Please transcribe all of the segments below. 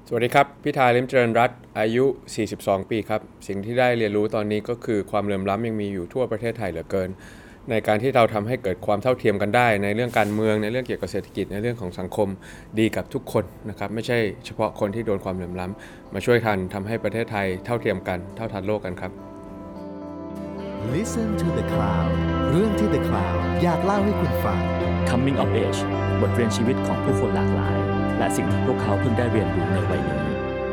สวัสดีครับพิธาลิ้มเจริญรัตน์อายุ 42 ปีครับสิ่งที่ได้เรียนรู้ตอนนี้ก็คือความเหลื่อมล้ำยังมีอยู่ทั่วประเทศไทยเหลือเกินในการที่เราทำให้เกิดความเท่าเทียมกันได้ในเรื่องการเมืองในเรื่องเกี่ยวกับเศรษฐกิจในเรื่องของสังคมดีกับทุกคนนะครับไม่ใช่เฉพาะคนที่โดนความเหลื่อมล้ำมาช่วยกันทำให้ประเทศไทยเท่าเทียมกันเท่าทันโลกกันครับ Listen to the Cloud เรื่องที่ The Cloud อยากเล่าให้คุณฟัง Coming of Age บทเรียนชีวิตของผู้คนหลากหลายและสิ่งที่พวกเขาเพิ่งได้เรียนรู้ในวัยนี้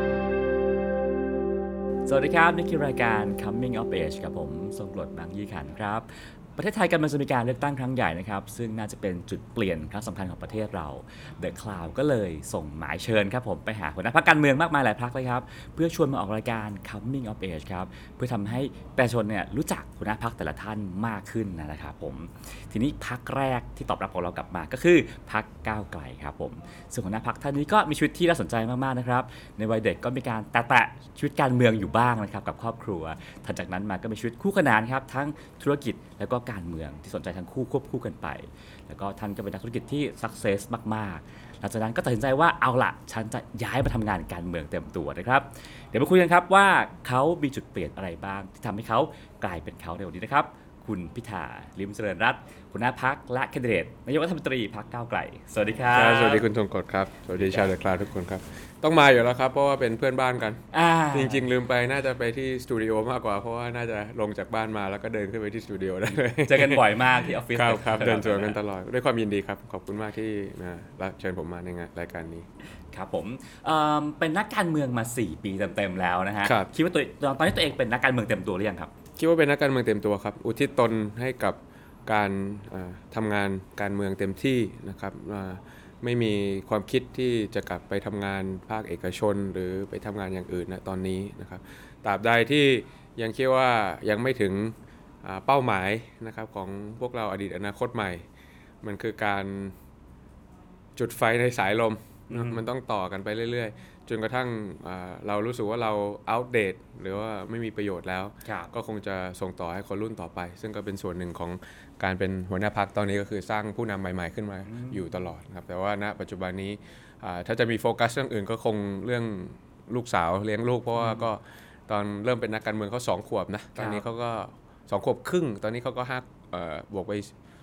สวัสดีครับนี่คือรายการ Coming of Age กับผมทรงกลดบางยี่ขันครับประเทศไทยกำลังจะมีการเลือกตั้งครั้งใหญ่นะครับซึ่งน่าจะเป็นจุดเปลี่ยนครั้งสำคัญของประเทศเรา The Cloud ก็เลยส่งหมายเชิญครับผมไปหาหัวหน้าพรรคการเมืองมากมายหลายพรรคเลยครับเพื่อชวนมาออกรายการ Coming of Age ครับเพื่อทำให้ประชาชนเนี่ยรู้จักหัวหน้าพรรคแต่ละท่านมากขึ้นนะครับผมทีนี้พรรคแรกที่ตอบรับของเรากลับมาก็คือพรรคก้าวไกลครับผมซึ่งหัวหน้าพรรคท่านนี้ก็มีชีวิตที่น่าสนใจมากๆนะครับในวัยเด็กก็มีการแตะชีวิตการเมืองอยู่บ้างนะครับกับครอบครัวถัดจากนั้นมาก็มีชีวิตคู่ขนานครับทั้งธุรกิจแล้วก็การเมืองที่สนใจทั้งคู่ควบคู่กันไปแล้วก็ท่านก็เป็นนักธุรกิจที่สักเซสมากๆหลังจากนั้นก็ตัดสินใจว่าเอาล่ะฉันจะย้ายมาทำงานการเมืองเต็มตัวนะครับเดี๋ยวมาคุยกันครับว่าเขามีจุดเปลี่ยนอะไรบ้างที่ทำให้เขากลายเป็นเขาในวันนี้นะครับคุณพิธาลิ้มเจริญรัตน์หัวหน้าพรรคและแคนดิเดตนายกรัฐมนตรีพรรคก้าวไกลสวัสดีครับสวัสดีคุณธงกฎครับสวัสดีชาวเดอะคลาวทุกคนครับต้องมาอยู่แล้วครับเพราะว่าเป็นเพื่อนบ้านกันจริงๆลืมไปน่าจะไปที่สตูดิโอมากกว่าเพราะว่าน่าจะลงจากบ้านมาแล้วก็เดินขึ้นไปที่สตูดิโอได้เลยเจอกันบ่อยมากที่ออฟฟิศครับเดินสวนกันตลอดด้วยความยินดีครับขอบคุณมากที่รับเชิญผมมาในงานรายการนี้ครับผมเป็นนักการเมืองมา4ปีเต็มๆแล้วนะฮะคิดว่าตอนนี้ตัวเองเป็นนักการเมืองเต็มตัวหรือยังครับคิดว่าเป็นนักการเมืองเต็มตัวครับอุทิศตนให้กับการทำงานการเมืองเต็มที่นะครับไม่มีความคิดที่จะกลับไปทำงานภาคเอกชนหรือไปทำงานอย่างอื่นนะตอนนี้นะครับตราบใดที่ยังคิดว่ายังไม่ถึงเป้าหมายนะครับของพวกเราอดีตอนาคตใหม่มันคือการจุดไฟในสายลมมันต้องต่อกันไปเรื่อยๆจนกระทั่งเรารู้สึกว่าเราอัปเดตหรือว่าไม่มีประโยชน์แล้วก็คงจะส่งต่อให้คนรุ่นต่อไปซึ่งก็เป็นส่วนหนึ่งของการเป็นหัวหน้าพรรคตอนนี้ก็คือสร้างผู้นำใหม่ๆขึ้นมาอยู่ตลอดครับแต่ว่าณปัจจุบันนี้ถ้าจะมีโฟกัสเรื่องอื่นก็คงเรื่องลูกสาวเลี้ยงลูกเพราะว่าก็ตอนเริ่มเป็นนักการเมืองเขา2 ขวบนะตอนนี้เขาก็2 ขวบครึ่งตอนนี้เขาก็บวกไป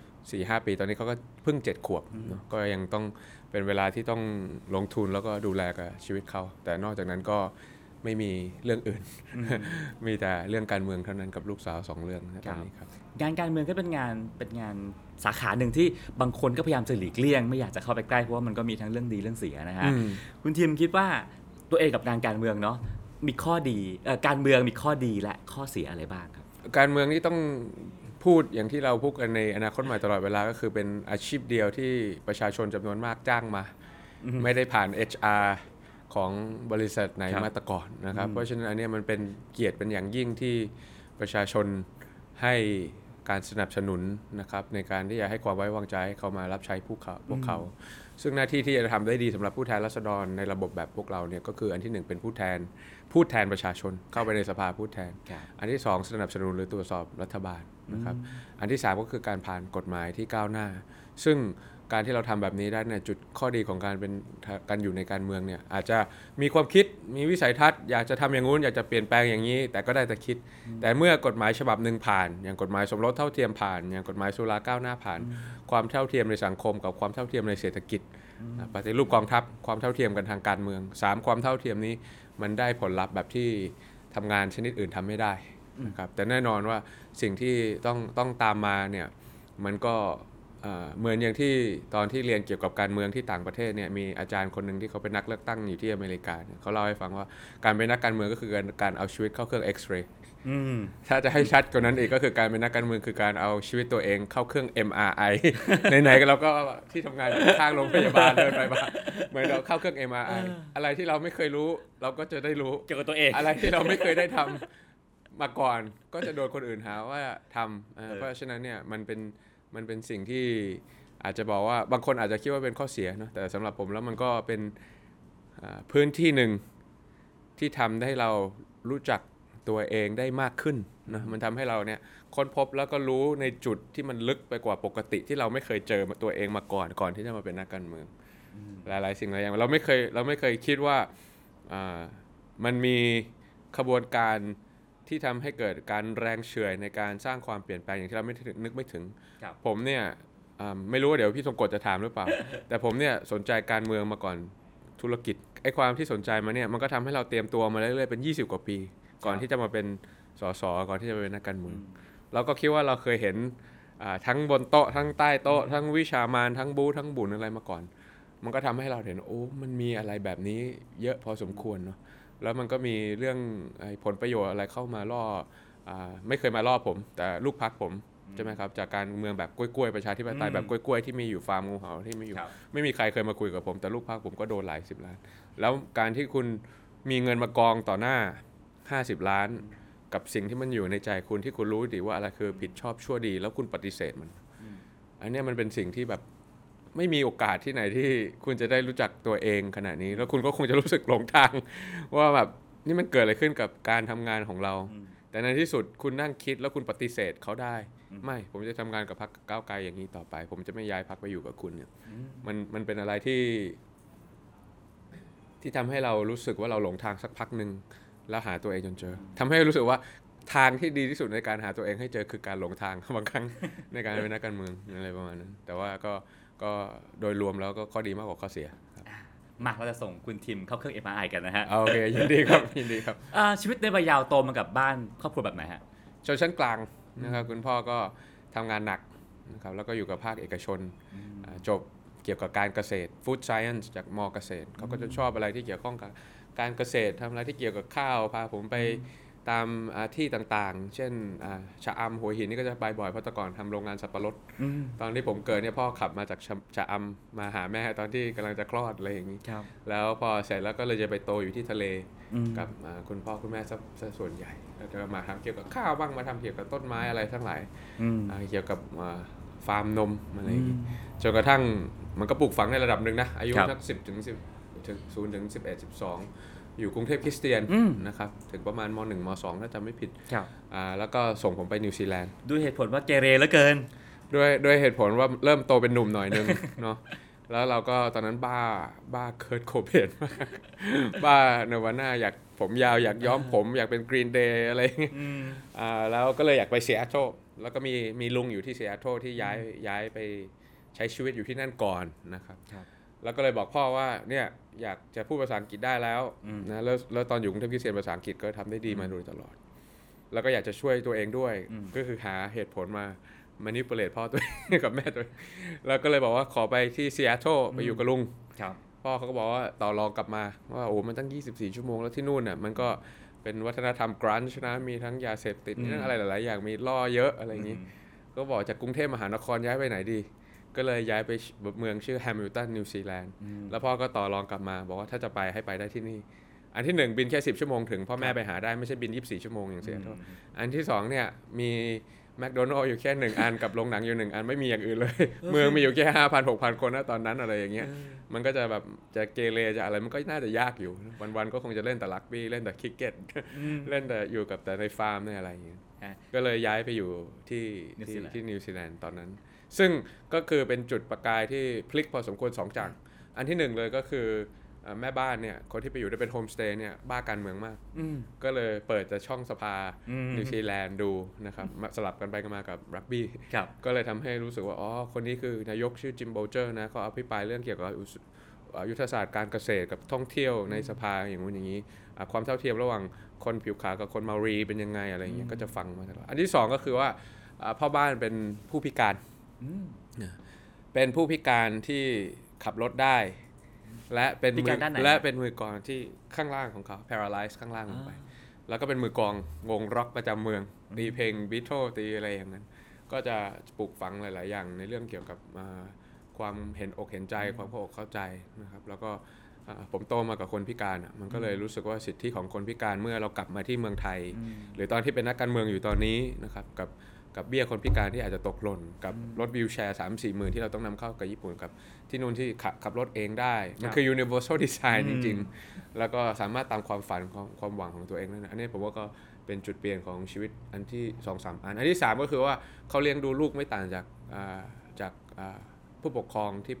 4-5 ปีตอนนี้เขาก็เพิ่ง7 ขวบก็ยังต้องเป็นเวลาที่ต้องลงทุนแล้วก็ดูแลกับชีวิตเขาแต่นอกจากนั้นก็ไม่มีเรื่องอื่น มีแต่เรื่องการเมืองเท่านั้นกับลูกสาว2 เรื่องตอนนี้ครับงานการเมืองก็เป็นงานสาขาหนึ่งที่บางคนก็พยายามจะหลีกเลี่ยงไม่อยากจะเข้าไปใกล้เพราะว่ามันก็มีทั้งเรื่องดีเรื่องเสียนะฮะคุณทีมคิดว่าตัวเองกับงานการเมืองเนาะมีข้อดีการเมืองมีข้อดีและข้อเสียอะไรบ้างครับการเมืองนี่ต้องพูดอย่างที่เราพูดกันในอนาคตใหม่ตลอดเวลาก็คือเป็นอาชีพเดียวที่ประชาชนจำนวนมากจ้างมาไม่ได้ผ่าน HR ของบริษัทไหนมาแต่ก่อนนะครับเพราะฉะนั้นอันนี้มันเป็นเกียรติเป็นอย่างยิ่งที่ประชาชนให้การสนับสนุนนะครับในการที่จะให้ความไว้วางใจให้เขามารับใช้พวกเขาซึ่งหน้าที่ที่จะทำได้ดีสำหรับผู้แทนราษฎรในระบบแบบพวกเราเนี่ยก็คืออันที่1เป็นผู้แทนประชาชนเข้าไปในสภาผู้แทนอันที่2สนับสนุนหรือตรวจสอบรัฐบาลนะครับอันที่3ก็คือการผ่านกฎหมายที่ก้าวหน้าซึ่งการที่เราทำแบบนี้ได้เนี่ยจุดข้อดีของการอยู่ในการเมืองเนี่ยอาจจะมีความคิดมีวิสัยทัศน์อยากจะทำอย่างงู้นอยากจะเปลี่ยนแปลงอย่างนี้แต่ก็ได้แต่คิดแต่เมื่อกฎหมายฉบับหนึ่งผ่านอย่างกฎหมายสมรสเท่าเทียมผ่านอย่างกฎหมายสุราก้าวหน้าผ่านความเท่าเทียมในสังคมกับความเท่าเทียมในเศรษฐกิจปฏิรูปกองทัพความเท่าเทียมกันทางการเมือง3ความเท่าเทียมนี้มันได้ผลลัพธ์แบบที่ทำงานชนิดอื่นทำไม่ได้นะครับแต่แน่นอนว่าสิ่งที่ต้องตามมาเนี่ยมันก็เหมือนอย่างที่ตอนที่เรียนเกี่ยวกับการเมืองที่ต่างประเทศเนี่ยมีอาจารย์คนหนึ่งที่เขาเป็นนักเลือกตั้งอยู่ที่อเมริกาเขาเล่าให้ฟังว่าการเป็นนักการเมืองก็คือการเอาชีวิตเข้าเครื่องเอ็กซเรย์ถ้าจะให้ชัดกว่านั้นอีกก็คือการเป็นนักการเมืองคือการเอาชีวิตตัวเองเข้าเครื่อง MRI ไหนๆเราก็ที่ทำงานข้างโรงพยาบาลเดินไปมาเหมือนเราเข้าเครื่อง MRI อะไรที่เราไม่เคยรู้เราก็จะได้รู้เกี่ยวกับตัวเองอะไรที่เราไม่เคยได้ทำมาก่อนก็จะโดนคนอื่นหาว่าทำเพราะฉะนั้นเนี่ยมันเป็นสิ่งที่อาจจะบอกว่าบางคนอาจจะคิดว่าเป็นข้อเสียเนาะแต่สำหรับผมแล้วมันก็เป็นพื้นที่หนึ่งที่ทำให้เรารู้จักตัวเองได้มากขึ้นนะมันทำให้เราเนี่ยค้นพบแล้วก็รู้ในจุดที่มันลึกไปกว่าปกติที่เราไม่เคยเจอตัวเองมาก่อนที่จะมาเป็นนักการเมืองหลายๆสิ่งหลายอย่างเราไม่เคยคิดว่ามันมีขบวนการที่ทำให้เกิดการแรงเฉื่อยในการสร้างความเปลี่ยนแปลงอย่างที่เรานึกไม่ถึงผมเนี่ยไม่รู้ว่าเดี๋ยวพี่ทรงกฎจะถามหรือเปล่า แต่ผมเนี่ยสนใจการเมืองมาก่อนธุรกิจไอ้ความที่สนใจมาเนี่ยมันก็ทำให้เราเตรียมตัวมาเรื่อยๆเป็น20 กว่าปีก่อนที่จะมาเป็นสสก่อนที่จะมาเป็นนักการเมืองเราก็คิดว่าเราเคยเห็นทั้งบนโต๊ะทั้งใต้โต๊ะทั้งวิชามารทั้งบู๊ทั้งบุญอะไรมาก่อนมันก็ทำให้เราเห็นโอ้มันมีอะไรแบบนี้เยอะพอสมควรเนาะแล้วมันก็มีเรื่องผลประโยชน์อะไรเข้ามาล่อไม่เคยมาล่อผมแต่ลูกพรรคผมใช่ไหมครับจากการเมืองแบบกล้วยๆประชาธิปไตยแบบกล้วยๆที่มีอยู่ฟาร์มงูเห่าที่มีอยู่ไม่มีใครเคยมาคุยกับผมแต่ลูกพรรคผมก็โดนหลาย10 ล้านแล้วการที่คุณมีเงินมากองต่อหน้า50 ล้านกับสิ่งที่มันอยู่ในใจคุณที่คุณรู้ดีว่าอะไรคือผิดชอบชั่วดีแล้วคุณปฏิเสธมันอันนี้มันเป็นสิ่งที่แบบไม่มีโอกาสที่ไหนที่คุณจะได้รู้จักตัวเองขณะนี้แล้วคุณก็คงจะรู้สึกหลงทางว่าแบบนี่มันเกิดอะไรขึ้นกับการทำงานของเราแต่ในที่สุดคุณนั่งคิดแล้วคุณปฏิเสธเขาได้ไม่ผมจะทำงานกับพรรคก้าวไกลอย่างนี้ต่อไปผมจะไม่ย้ายพรรคไปอยู่กับคุณเนี่ยมันเป็นอะไรที่ทำให้เรารู้สึกว่าเราหลงทางสักพักนึงแล้วหาตัวเองจนเจอทำให้รู้สึกว่าทางที่ดีที่สุดในการหาตัวเองให้เจอคือการหลงทางบางครั้ง ในการเป็นนักการเมืองอะไรประมาณนั้นแต่ว่าก็โดยรวมแล้วก็ข้อดีมากกว่าข้อเสียมาเราจะส่งคุณทิมเข้าเครื่อง MRI กันนะฮะโอเคยินดีครับยินดีครับชีวิตในวัยยาวโตมากับบ้านครอบครัวแบบไหนฮะชนชั้นกลางนะครับคุณพ่อก็ทำงานหนักนะครับแล้วก็อยู่กับภาคเอกชนจบเกี่ยวกับการเกษตร Food Science จากม.เกษตรเขาก็จะชอบอะไรที่เกี่ยวข้องกับการเกษตรทำอะไรที่เกี่ยวกับข้าวพาผมไปตามที่ต่างๆเช่นชะอำหัวหินนี่ก็จะไปบ่อยเพราะแต่ก่อนทำโรงงานสับปะรดตอนที่ผมเกิดเนี่ยพ่อขับมาจากชะอำมาหาแม่ตอนที่กำลังจะคลอดอะไรอย่างนี้แล้วพอเสร็จแล้วก็เลยจะไปโตอยู่ที่ทะเลกับคุณพ่อคุณแม่ซะส่วนใหญ่แล้วจะมาทำเกี่ยวกับข้าวบ้างมาทำเกี่ยวกับต้นไม้อะไรทั้งหลายเกี่ยวกับฟาร์มนมอะไรอย่างนี้จนกระทั่งมันก็ปลูกฝังในระดับหนึ่งนะอายุสัก10 ถึง 0 ถึง 11 12อยู่กรุงเทพคริสเตียนนะครับถึงประมาณม.1 ม.2 ถ้าจำไม่ผิดแล้วก็ส่งผมไปนิวซีแลนด์ด้วยเหตุผลว่าเกเรเหลือเกินด้วยเหตุผลว่าเริ่มโตเป็นหนุ่มหน่อยนึง เนาะแล้วเราก็ตอนนั้นบ้าเคิร์ทโคเบนมากบ้าเนวาน่าอยากผมยาวอยากย้อมผมอยากเป็นกรีนเดย์อะไรอย่างเงี้ยแล้วก็เลยอยากไปซีแอตเทิลแล้วก็มีลุงอยู่ที่ซีแอตเทิลที่ย้ายไปใช้ชีวิตอยู่ที่นั่นก่อนนะครับแล้วก็เลยบอกพ่อว่าเนี่ยอยากจะพูดภาษาอังกฤษได้แล้วนะแล้วตอนอยู่กรุงเทพคริสเตียนภาษาอังกฤษก็ทำได้ดีมาโดยตลอดแล้วก็อยากจะช่วยตัวเองด้วยก็คือหาเหตุผลมาmanipulate พ่อตัวเองกับแม่ตัวเองแล้วก็เลยบอกว่าขอไปที่ซีแอตเทิลไปอยู่กับลุงพ่อเขาก็บอกว่าต่อรองกลับมาว่าโอ้มันตั้ง24 ชั่วโมงแล้วที่นู่นน่ะมันก็เป็นวัฒนธรรมกรันช์นะมีทั้งยาเสพติดมีทั้งอะไรหลายๆอย่างมีล่อเยอะอะไรอย่างนี้ก็บอกจากกรุงเทพมหานครย้ายไปไหนดีก็เลยย้ายไปเมืองชื่อแฮมิลตันนิวซีแลนด์แล้วพ่อก็ต่อรองกลับมาบอกว่าถ้าจะไปให้ไปได้ที่นี่อันที่1บินแค่10 ชั่วโมงถึงพ่อแม่ไปหาได้ไม่ใช่บิน24 ชั่วโมงอย่างเสียเท่าอันที่2เนี่ยมีแมคโดนัลด์อยู่แค่1 อันกับโรงหนังอยู่1 อันไม่มีอย่างอื่นเลยเมืองมีอยู่แค่ 5,000 6,000 คนนะตอนนั้นอะไรอย่างเงี้ยมันก็จะแบบจะเกเรจะอะไรมันก็น่าจะยากอยู่วันๆก็คงจะเล่นแต่รักบี้เล่นแต่คริกเก็ตเล่นแต่อยู่กับแต่ในฟาร์มในอะไรอย่างเงี้ยก็เลยย้ายไปอยู่ที่นิวซีแลนด์ตอนนั้นซึ่งก็คือเป็นจุดประกายที่พลิกพอสมควร2 อย่างอันที่1เลยก็คือแม่บ้านเนี่ยคนที่ไปอยู่ได้เป็นโฮมสเตย์เนี่ยบ้าการเมืองมากก็เลยเปิดแต่ช่องสภานิวซีแลนด์ดูนะครับสลับกันไปกันมากับรักบี้ก็เลยทำให้รู้สึกว่าอ๋อคนนี้คือนายกชื่อจิมโบเจอร์นะเขาอภิปรายเรื่องเกี่ยวกับยุทธศาสตร์การเกษตรกับท่องเที่ยวในสภาอย่างนู้นอย่างนี้ความเท่าเทียมระหว่างคนผิวขาวกับคนมารีเป็นยังไงอะไรอย่างเงี้ยก็จะฟังมาตลอดอันที่2ก็คือว่าพ่อบ้านเป็นผู้พิการเป็นผู้พิการที่ขับรถได้และเป็นมือกลองที่ข้างล่างของเขา paralyze ข้างล่างลงไปแล้วก็เป็นมือกลองวงร็อกประจำเมืองตีเพลง Beatles ตีอะไรอย่างนั้นก็จะปลูกฝังหลายๆอย่างในเรื่องเกี่ยวกับความเห็นอกเห็นใจความเข้าอกเข้าใจนะครับแล้วก็ผมโตมากับคนพิการมันก็เลยรู้สึกว่าสิทธิของคนพิการเมื่อเรากลับมาที่เมืองไทยหรือตอนที่เป็นนักการเมืองอยู่ตอนนี้นะครับกับเบี้ยคนพิการที่อาจจะตกหล่นกับรถวีลแชร์ 3-4 หมื่นที่เราต้องนำเข้ากับญี่ปุ่นกับที่นู่นที่ขับรถเองได้มันคือ universal design จริงๆแล้วก็สามารถตามความฝันของความหวังของตัวเองได้อันนี้ผมว่าก็เป็นจุดเปลี่ยนของชีวิตอันที่ 2-3 อันที่3ก็คือว่าเขาเลี้ยงดูลูกไม่ต่างจากผู้ปกครองที่เป็น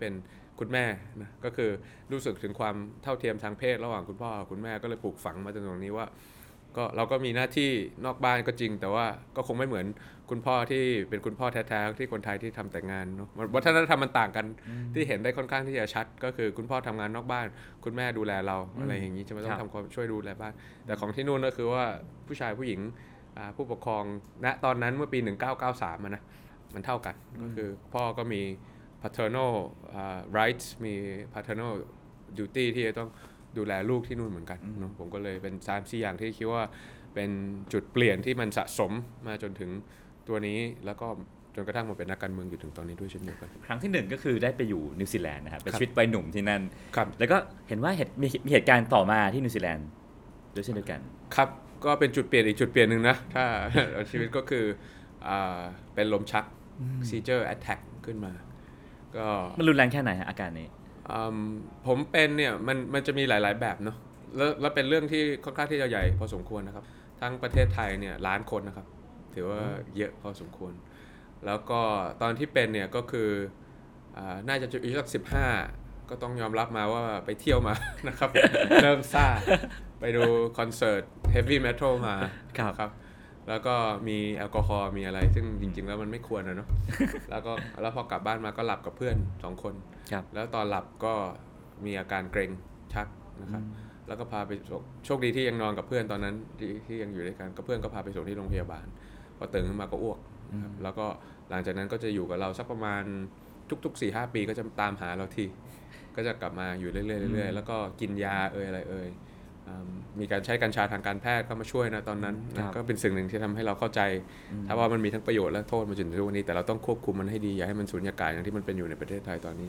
คุณแม่นะก็คือรู้สึกถึงความเท่าเทียมทางเพศระหว่างคุณพ่อกับคุณแม่ก็เลยปลูกฝังมาจนตรงนี้ว่าก็เราก็มีหน้าที่นอกบ้านก็จริงแต่ว่าก็คงไม่เหมือนคุณพ่อที่เป็นคุณพ่อแท้ๆที่คนไทยที่ทำแต่งงานเนาะวัฒนธรรมมันต่างกันที่เห็นได้ค่อนข้างที่จะชัดก็คือคุณพ่อทำงานนอกบ้านคุณแม่ดูแลเราอะไรอย่างนี้จะไม่ต้องทำความช่วยดูแลบ้านแต่ของที่นู่นก็คือว่าผู้ชายผู้หญิงผู้ปกครองณตอนนั้นเมื่อปี1993นะมันเท่ากันก็คือพ่อก็มี paternal rights มี paternal duty ที่จะต้องดูแลลูกที่นู่นเหมือนกันเนาะผมก็เลยเป็น3-4อย่างที่คิดว่าเป็นจุดเปลี่ยนที่มันสะสมมาจนถึงตัวนี้แล้วก็จนกระทั่งมาเป็นนักการเมืองอยู่ถึงตอนนี้ด้วยเช่นเดียวกันครั้งที่1ก็คือได้ไปอยู่นิวซีแลนด์นะครับเป็นชีวิตวัยหนุ่มที่นั่นครับแล้วก็เห็นว่ามีเหตุการณ์ต่อมาที่นิวซีแลนด์ด้วยเช่นเดียวกันครับก็เป็นจุดเปลี่ยนอีกจุดเปลี่ยนหนึ่งนะถ้า ชีวิตก็คือเป็นลมชัก seizure attack ขึ้นมาก็มันรุนแรงแค่ไหนฮะอาการนี้ผมเป็นเนี่ยมันจะมีหลายๆแบบเนาะแล้วเป็นเรื่องที่ค่อนข้างที่จะใหญ่พอสมควรนะครับทั้งประเทศไทยเนี่ยล้านคนนะครับถือว่าเยอะพอสมควรแล้วก็ตอนที่เป็นเนี่ยก็คือน่าจะอายุสัก15ก็ต้องยอมรับมาว่าไปเที่ยวมา นะครับ เริ่มซ่าไปดูคอนเสิร์ตเฮฟวี่เมทัลมาครับแล้วก็มีแอลกอฮอล์มีอะไรซึ่งจริงๆแล้วมันไม่ควรนะเนาะ แล้วพอกลับบ้านมาก็หลับกับเพื่อน2คนแล้วตอนหลับก็มีอาการเกร็งชักนะครับแล้วก็พาไปโชคดีที่ยังนอนกับเพื่อนตอนนั้นที่ยังอยู่ด้วยกันก็เพื่อนก็พาไปส่งที่โรงพยาบาลพอตื่นขึ้นมาก็อ้วกแล้วก็หลังจากนั้นก็จะอยู่กับเราสักประมาณทุก 4-5 ปีก็จะตามหาเราทีก็จะกลับมาอยู่เรื่อยๆแล้วก็กินยาอะไรมีการใช้กัญชาทางการแพทย์เข้ามาช่วยนะตอนนั้นก็เป็นสิ่งหนึ่งที่ทำให้เราเข้าใจถ้าว่ามันมีทั้งประโยชน์และโทษมาจนถึงวันนี้แต่เราต้องควบคุมมันให้ดีอย่าให้มันสูญญากาศอย่างที่มันเป็นอยู่ในประเทศไทยตอนนี้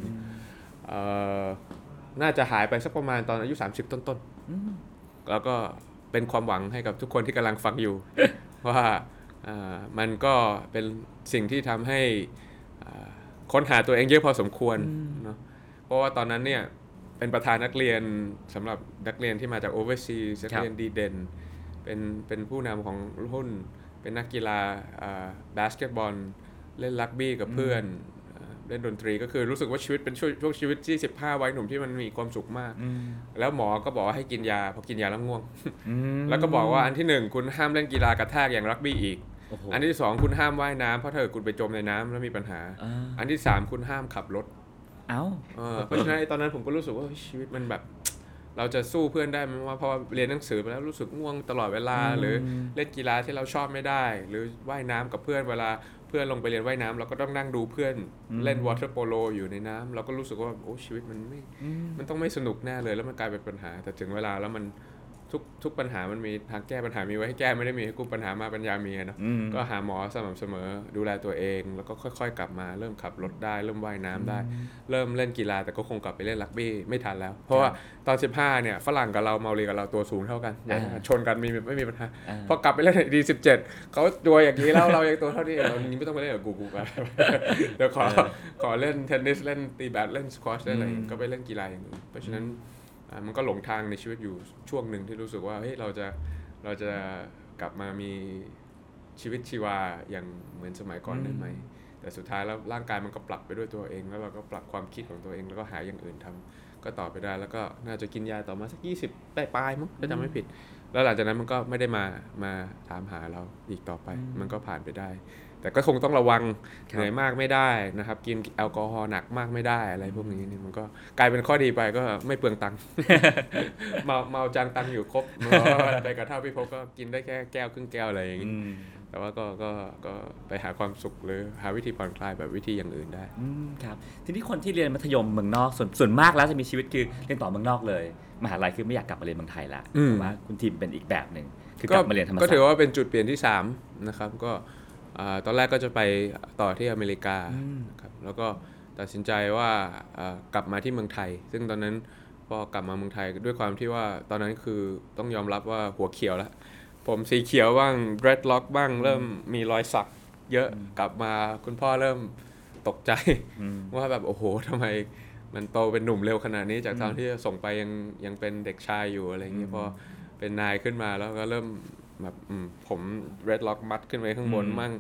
น่าจะหายไปสักประมาณตอนอายุ30ต้นๆแล้วก็เป็นความหวังให้กับทุกคนที่กำลังฟังอยู่ ว่ามันก็เป็นสิ่งที่ทำให้ค้นหาตัวเองเยอะพอสมควรเนาะเพราะว่าตอนนั้นเนี่ยเป็นประธานนักเรียนสำหรับนักเรียนที่มาจาก overseas นักเรียนดีเด่นเป็นผู้นำของรุ่นเป็นนักกีฬาบาสเกตบอลเล่นรักบี้กับเพื่อนเล่นดนตรีก็คือรู้สึกว่าชีวิตเป็นช่วงชีวิตที่15วัยหนุ่มที่มันมีความสุขมากแล้วหมอก็บอกว่าให้กินยาพอกินยาแล้วง่วงแล้วก็บอกว่าอันที่1คุณห้ามเล่นกีฬากระแทกอย่างรักบี้อีกอันที่2คุณห้ามว่ายน้ำเพราะถ้าเกิดคุณไปจมในน้ำแล้วมีปัญหาอันที่3คุณห้ามขับรถเพราะฉะนั้นตอนนั้นผมก็รู้สึกว่าชีวิตมันแบบเราจะสู้เพื่อนได้ไหมว่าเพราะเรียนหนังสือไปแล้วรู้สึกง่วงตลอดเวลาหรือเล่นกีฬาที่เราชอบไม่ได้หรือว่ายน้ำกับเพื่อนเวลาเพื่อนลงไปเรียนว่ายน้ำเราก็ต้องนั่งดูเพื่อนเล่นวอเตอร์โปโลอยู่ในน้ำเราก็รู้สึกว่าโอ้ชีวิตมันต้องไม่สนุกแน่เลยแล้วมันกลายเป็นปัญหาแต่ถึงเวลาแล้วมันทุกปัญหามันมีทางแก้ปัญหามีไว้ให้แก้ไม่ได้มีให้กู้ปัญหามาปัญญามีเนาะก็หาหมอสม่ำเสมอดูแลตัวเองแล้วก็ค่อยๆกลับมาเริ่มขับรถได้เริ่มว่ายน้ำได้เริ่มเล่นกีฬาแต่ก็คงกลับไปเล่นรักบี้ไม่ทันแล้วเพราะว่าตอน15เนี่ยฝรั่งกับเราเมาลีกับเราตัวสูงเท่ากันชนกันไม่มีปัญหาพอกลับไปเล่นดี17เขาตัวอย่างนี้แล้วเรายังตัวเท่านี้เราไม่ต้องไปเล่นกับกูกันเดี๋ยวขอเล่นเทนนิสเล่นตีแบดเล่นสควอชได้อะไรก็ไปเล่นกีฬาอย่างอื่นเพราะฉะนั้นมันก็หลงทางในชีวิตอยู่ช่วงหนึ่งที่รู้สึกว่าเฮ้ยเราจะกลับมามีชีวิตชีวาอย่างเหมือนสมัยก่อนได้ไหมแต่สุดท้ายแล้วร่างกายมันก็ปรับไปด้วยตัวเองแล้วเราก็ปรับความคิดของตัวเองแล้วก็หาอย่างอื่นทำก็ต่อไปได้แล้วก็น่าจะกินยาต่อมาสัก20ปลายมั้งถ้าจำไม่ผิดแล้วหลังจากนั้นมันก็ไม่ได้มาถามหาเราอีกต่อไปมันก็ผ่านไปได้แต่ก็คงต้องระวังเหนื่อยมากไม่ได้นะครับกินแอลกอฮอล์หนักมากไม่ได้อะไรพวกนี้นี่มันก็กลายเป็นข้อดีไปก็ไม่เปลืองตังค์ เมาจังตังค์อยู่ครบไปกระเท่าพี่พกก็กินได้แค่แก้วครึ่งแก้วอะไรอย่างนี้แต่ว่าก็ไปหาความสุขหรือหาวิธีผ่อนคลายแบบวิธีอย่างอื่นได้ครับทีนี้คนที่เรียนมัธยมเมืองนอกส่วนมากแล้วจะมีชีวิตคือเรียนต่อเมืองนอกเลยมหาลัยคือไม่อยากกลับมาเรียนเมืองไทยละแต่ว่าคุณทีมเป็นอีกแบบนึงคือกลับมาเรียนธรรมศาสตร์ก็ถือว่าเป็นจุดเปลี่ยนที่3นะครับก็ตอนแรกก็จะไปต่อที่อเมริกาครับแล้วก็ตัดสินใจว่ากลับมาที่เมืองไทยซึ่งตอนนั้นพอกลับมาเมืองไทยด้วยความที่ว่าตอนนั้นคือต้องยอมรับว่าหัวเขียวแล้วผมสีเขียวบ้าง dreadlock บ้างเริ่มมีรอยสักเยอะกลับมาคุณพ่อเริ่มตกใจว่าแบบโอ้โหทำไมมันโตเป็นหนุ่มเร็วขนาดนี้จากตอนที่ส่งไปยังเป็นเด็กชายอยู่อะไรอย่างนี้พอเป็นนายขึ้นมาแล้วก็เริ่มแบบผม dreadlock มัดขึ้นไปข้างบนมั่ง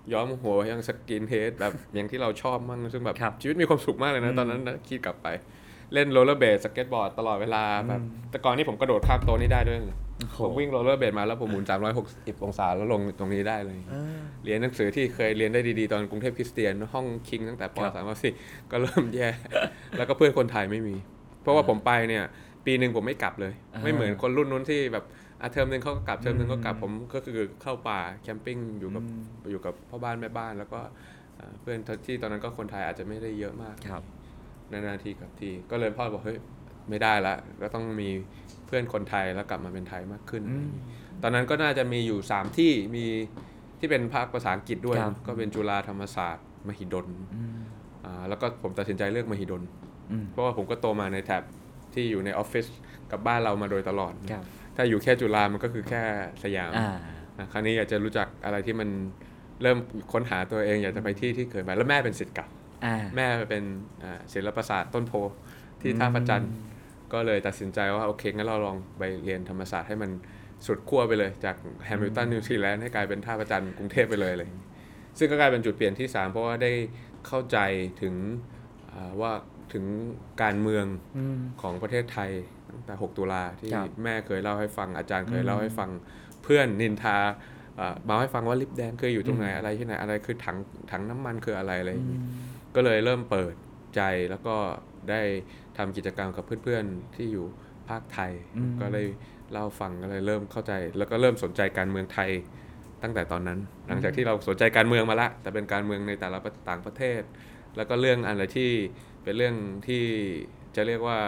ย้อมหัวยังสกินเฮดแบบอย่างที่เราชอบมั่งซึ่งแบบครับชีวิตมีความสุขมากเลยนะตอนนั้นนะคิดกลับไปเล่นโรลเลอร์เบดสเก็ตบอร์ดตลอดเวลาแบบแต่ก่อนนี้ผมกระโดดข้ามโต๊ะนี่ได้ด้วยนะผมวิ่งโรลเลอร์เบดมาแล้วผมหมุน360องศาแล้วลงตรงนี้ได้เลยเรียนหนังสือที่เคยเรียนได้ดีๆตอนกรุงเทพคริสเตียนห้องคิงตั้งแต่ป .3 ป .4 ก็เริ่มแย่ แล้วก็เพื่อนคนไทยไม่มี เพราะว่าผมไปเนี่ยปีหนึ่งผมไม่กลับเลย ไม่เหมือนคนรุ่นนู้นที่แบบเทอมนึงเขาก็กลับเทอมนึงก็กลับผมก็คือเข้าป่าแคมปิ้งอยู่กับพ่อบ้านแม่บ้านแล้วก็เพื่อนที่ตอนนั้นก็คนไทยอาจจะไม่ได้เยอะมากครับนานๆทีกับทีก็เลยพ่อบอกเฮ้ยไม่ได้ละก็ต้องมีเพื่อนคนไทยแล้วกลับมาเป็นไทยมากขึ้นตอนนั้นก็น่าจะมีอยู่3ที่มีที่เป็นภาคภาษาอังกฤษด้วย ก็เป็นจุฬาธรรมศาสตร์มหิดลแล้วก็ผมตัดสินใจเลือกมหิดลเพราะว่าผมก็โตมาในแถบที่อยู่ในออฟฟิศกับบ้านเรามาโดยตลอดถ้าอยู่แค่จุฬามันก็คือแค่สยามคราวนี้อยากจะรู้จักอะไรที่มันเริ่มค้นหาตัวเองอยากจะไปที่เกิดมาแล้วแม่เป็นศิษย์เก่าแม่เป็นศิลปศาสตร์ต้นโพที่ท่าพระจันทร์ก็เลยตัดสินใจว่าโอเคงั้นเราลองไปเรียนธรรมศาสตร์ให้มันสุดขั้วไปเลยจากแฮมิลตันนิวซีแลนด์ให้กลายเป็นท่าพระจันทร์กรุงเทพไปเลยอะไรอย่างนี้ซึ่งก็กลายเป็นจุดเปลี่ยนที่3เพราะว่าได้เข้าใจถึงว่าถึงการเมืองของประเทศไทยตั้งแต่6ตุลาที่แม่เคยเล่าให้ฟังอาจารย์เคยเล่าให้ฟังเพื่อนนินทามาให้ฟังว่าลิปแดงเคยอยู่ตรงไหนอะไรที่ไหนอะไรคือถังน้ำมันคืออะไรอะไรอย่างนี้ก็เลยเริ่มเปิดใจแล้วก็ได้ทำกิจกรรมกับเพื่อนๆที่อยู่ภาคไทยก็เลยเล่าฟังก็เลยเริ่มเข้าใจแล้วก็เริ่มสนใจการเมืองไทยตั้งแต่ตอนนั้นหลังจากที่เราสนใจการเมืองมาละแต่เป็นการเมืองในแต่ละต่างประเทศแล้วก็เรื่องอะไรที่เป็นเรื่องที่จะเรียกว่า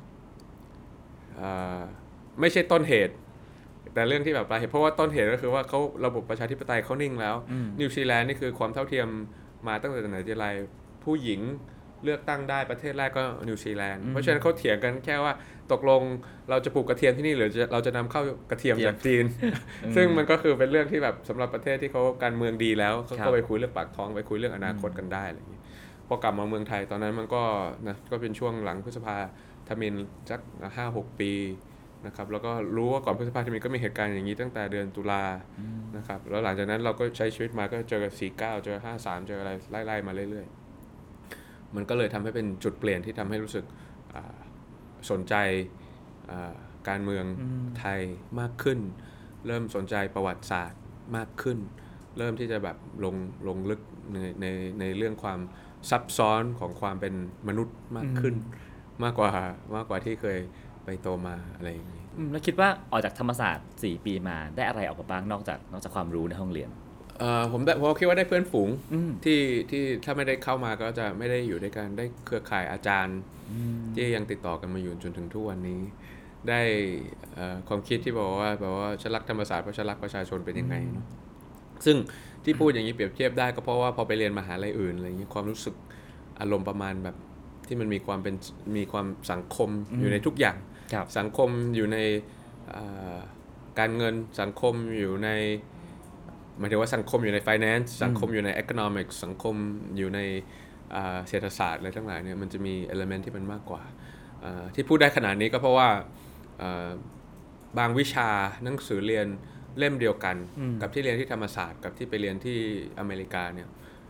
ไม่ใช่ต้นเหตุแต่เรื่องที่แบบปลายเหตุเพราะว่าต้นเหตุก็คือว่าเขาระบบประชาธิปไตยเขานิ่งแล้วนิวซีแลนด์นี่คือความเท่าเทียมมาตั้งแต่ไหนแต่ไรผู้หญิงเลือกตั้งได้ประเทศแรกก็นิวซีแลนด์เพราะฉะนั้นเขาเถียงกันแค่ว่าตกลงเราจะปลูกกระเทียมที่นี่หรือเราจะนำเข้ากระเทียมจากจีน ซึ่งมันก็คือเป็นเรื่องที่แบบสำหรับประเทศที่เขาการเมืองดีแล้วเขาก็ไปคุยเรื่องปากท้องไปคุยเรื่องอนาคตกันได้อะไรอย่างนี้พอกลับมาเมืองไทยตอนนั้นมันก็นะก็เป็นช่วงหลังพฤษภาธมิฬสัก 5-6 ปีนะครับแล้วก็รู้ว่าก่อนพฤษภาธมิฬก็มีเหตุการณ์อย่างนี้ตั้งแต่เดือนตุลานะครับแล้วหลังจากนั้นเราก็ใช้ชีวิตมาก็เจอ49เจอ53เจออะไรไล่ๆมาเรื่อยๆมันก็เลยทำให้เป็นจุดเปลี่ยนที่ทำให้รู้สึกสนใจการเมืองไทยมากขึ้นเริ่มสนใจประวัติศาสตร์มากขึ้นเริ่มที่จะแบบลงลึกในเรื่องความซับซ้อนของความเป็นมนุษย์มากขึ้นมากกว่าที่เคยไปโตมาอะไรอย่างนี้แล้วคิดว่าออกจากธรรมศาสตร์4ปีมาได้อะไรออกมาบ้างนอกจากความรู้ในห้องเรียนผมคิดว่าได้เพื่อนฝูงที่ถ้าไม่ได้เข้ามาก็จะไม่ได้อยู่ด้วยกันได้เครือข่ายอาจารย์ที่ยังติดต่อกันมาอยู่จนถึงทุกวันนี้ได้ความคิดที่บอกว่าฉันรักธรรมศาสตร์เพราะฉันรักประชาชนเป็นยังไงเนาะซึ่งที่พูดอย่างนี้เปรียบเทียบได้ก็เพราะว่าพอไปเรียนมหาลัยอื่นอะไรอย่างนี้ความรู้สึกอารมณ์ประมาณแบบที่มันมีความสังคมอยู่ในทุกอย่างสังคมอยู่ในการเงินสังคมอยู่ในหมายถึงว่าสังคมอยู่ใน finance สังคมอยู่ใน economics สังคมอยู่ในเศรษฐศาสตร์อะไรทั้งหลายเนี่ยมันจะมี element ที่มันมากกว่าที่พูดได้ขนาดนี้ก็เพราะว่าบางวิชาหนังสือเรียนเล่มเดียวกันกับที่เรียนที่ธรรมศาสตร์กับที่ไปเรียนที่อเมริกาเนี่ย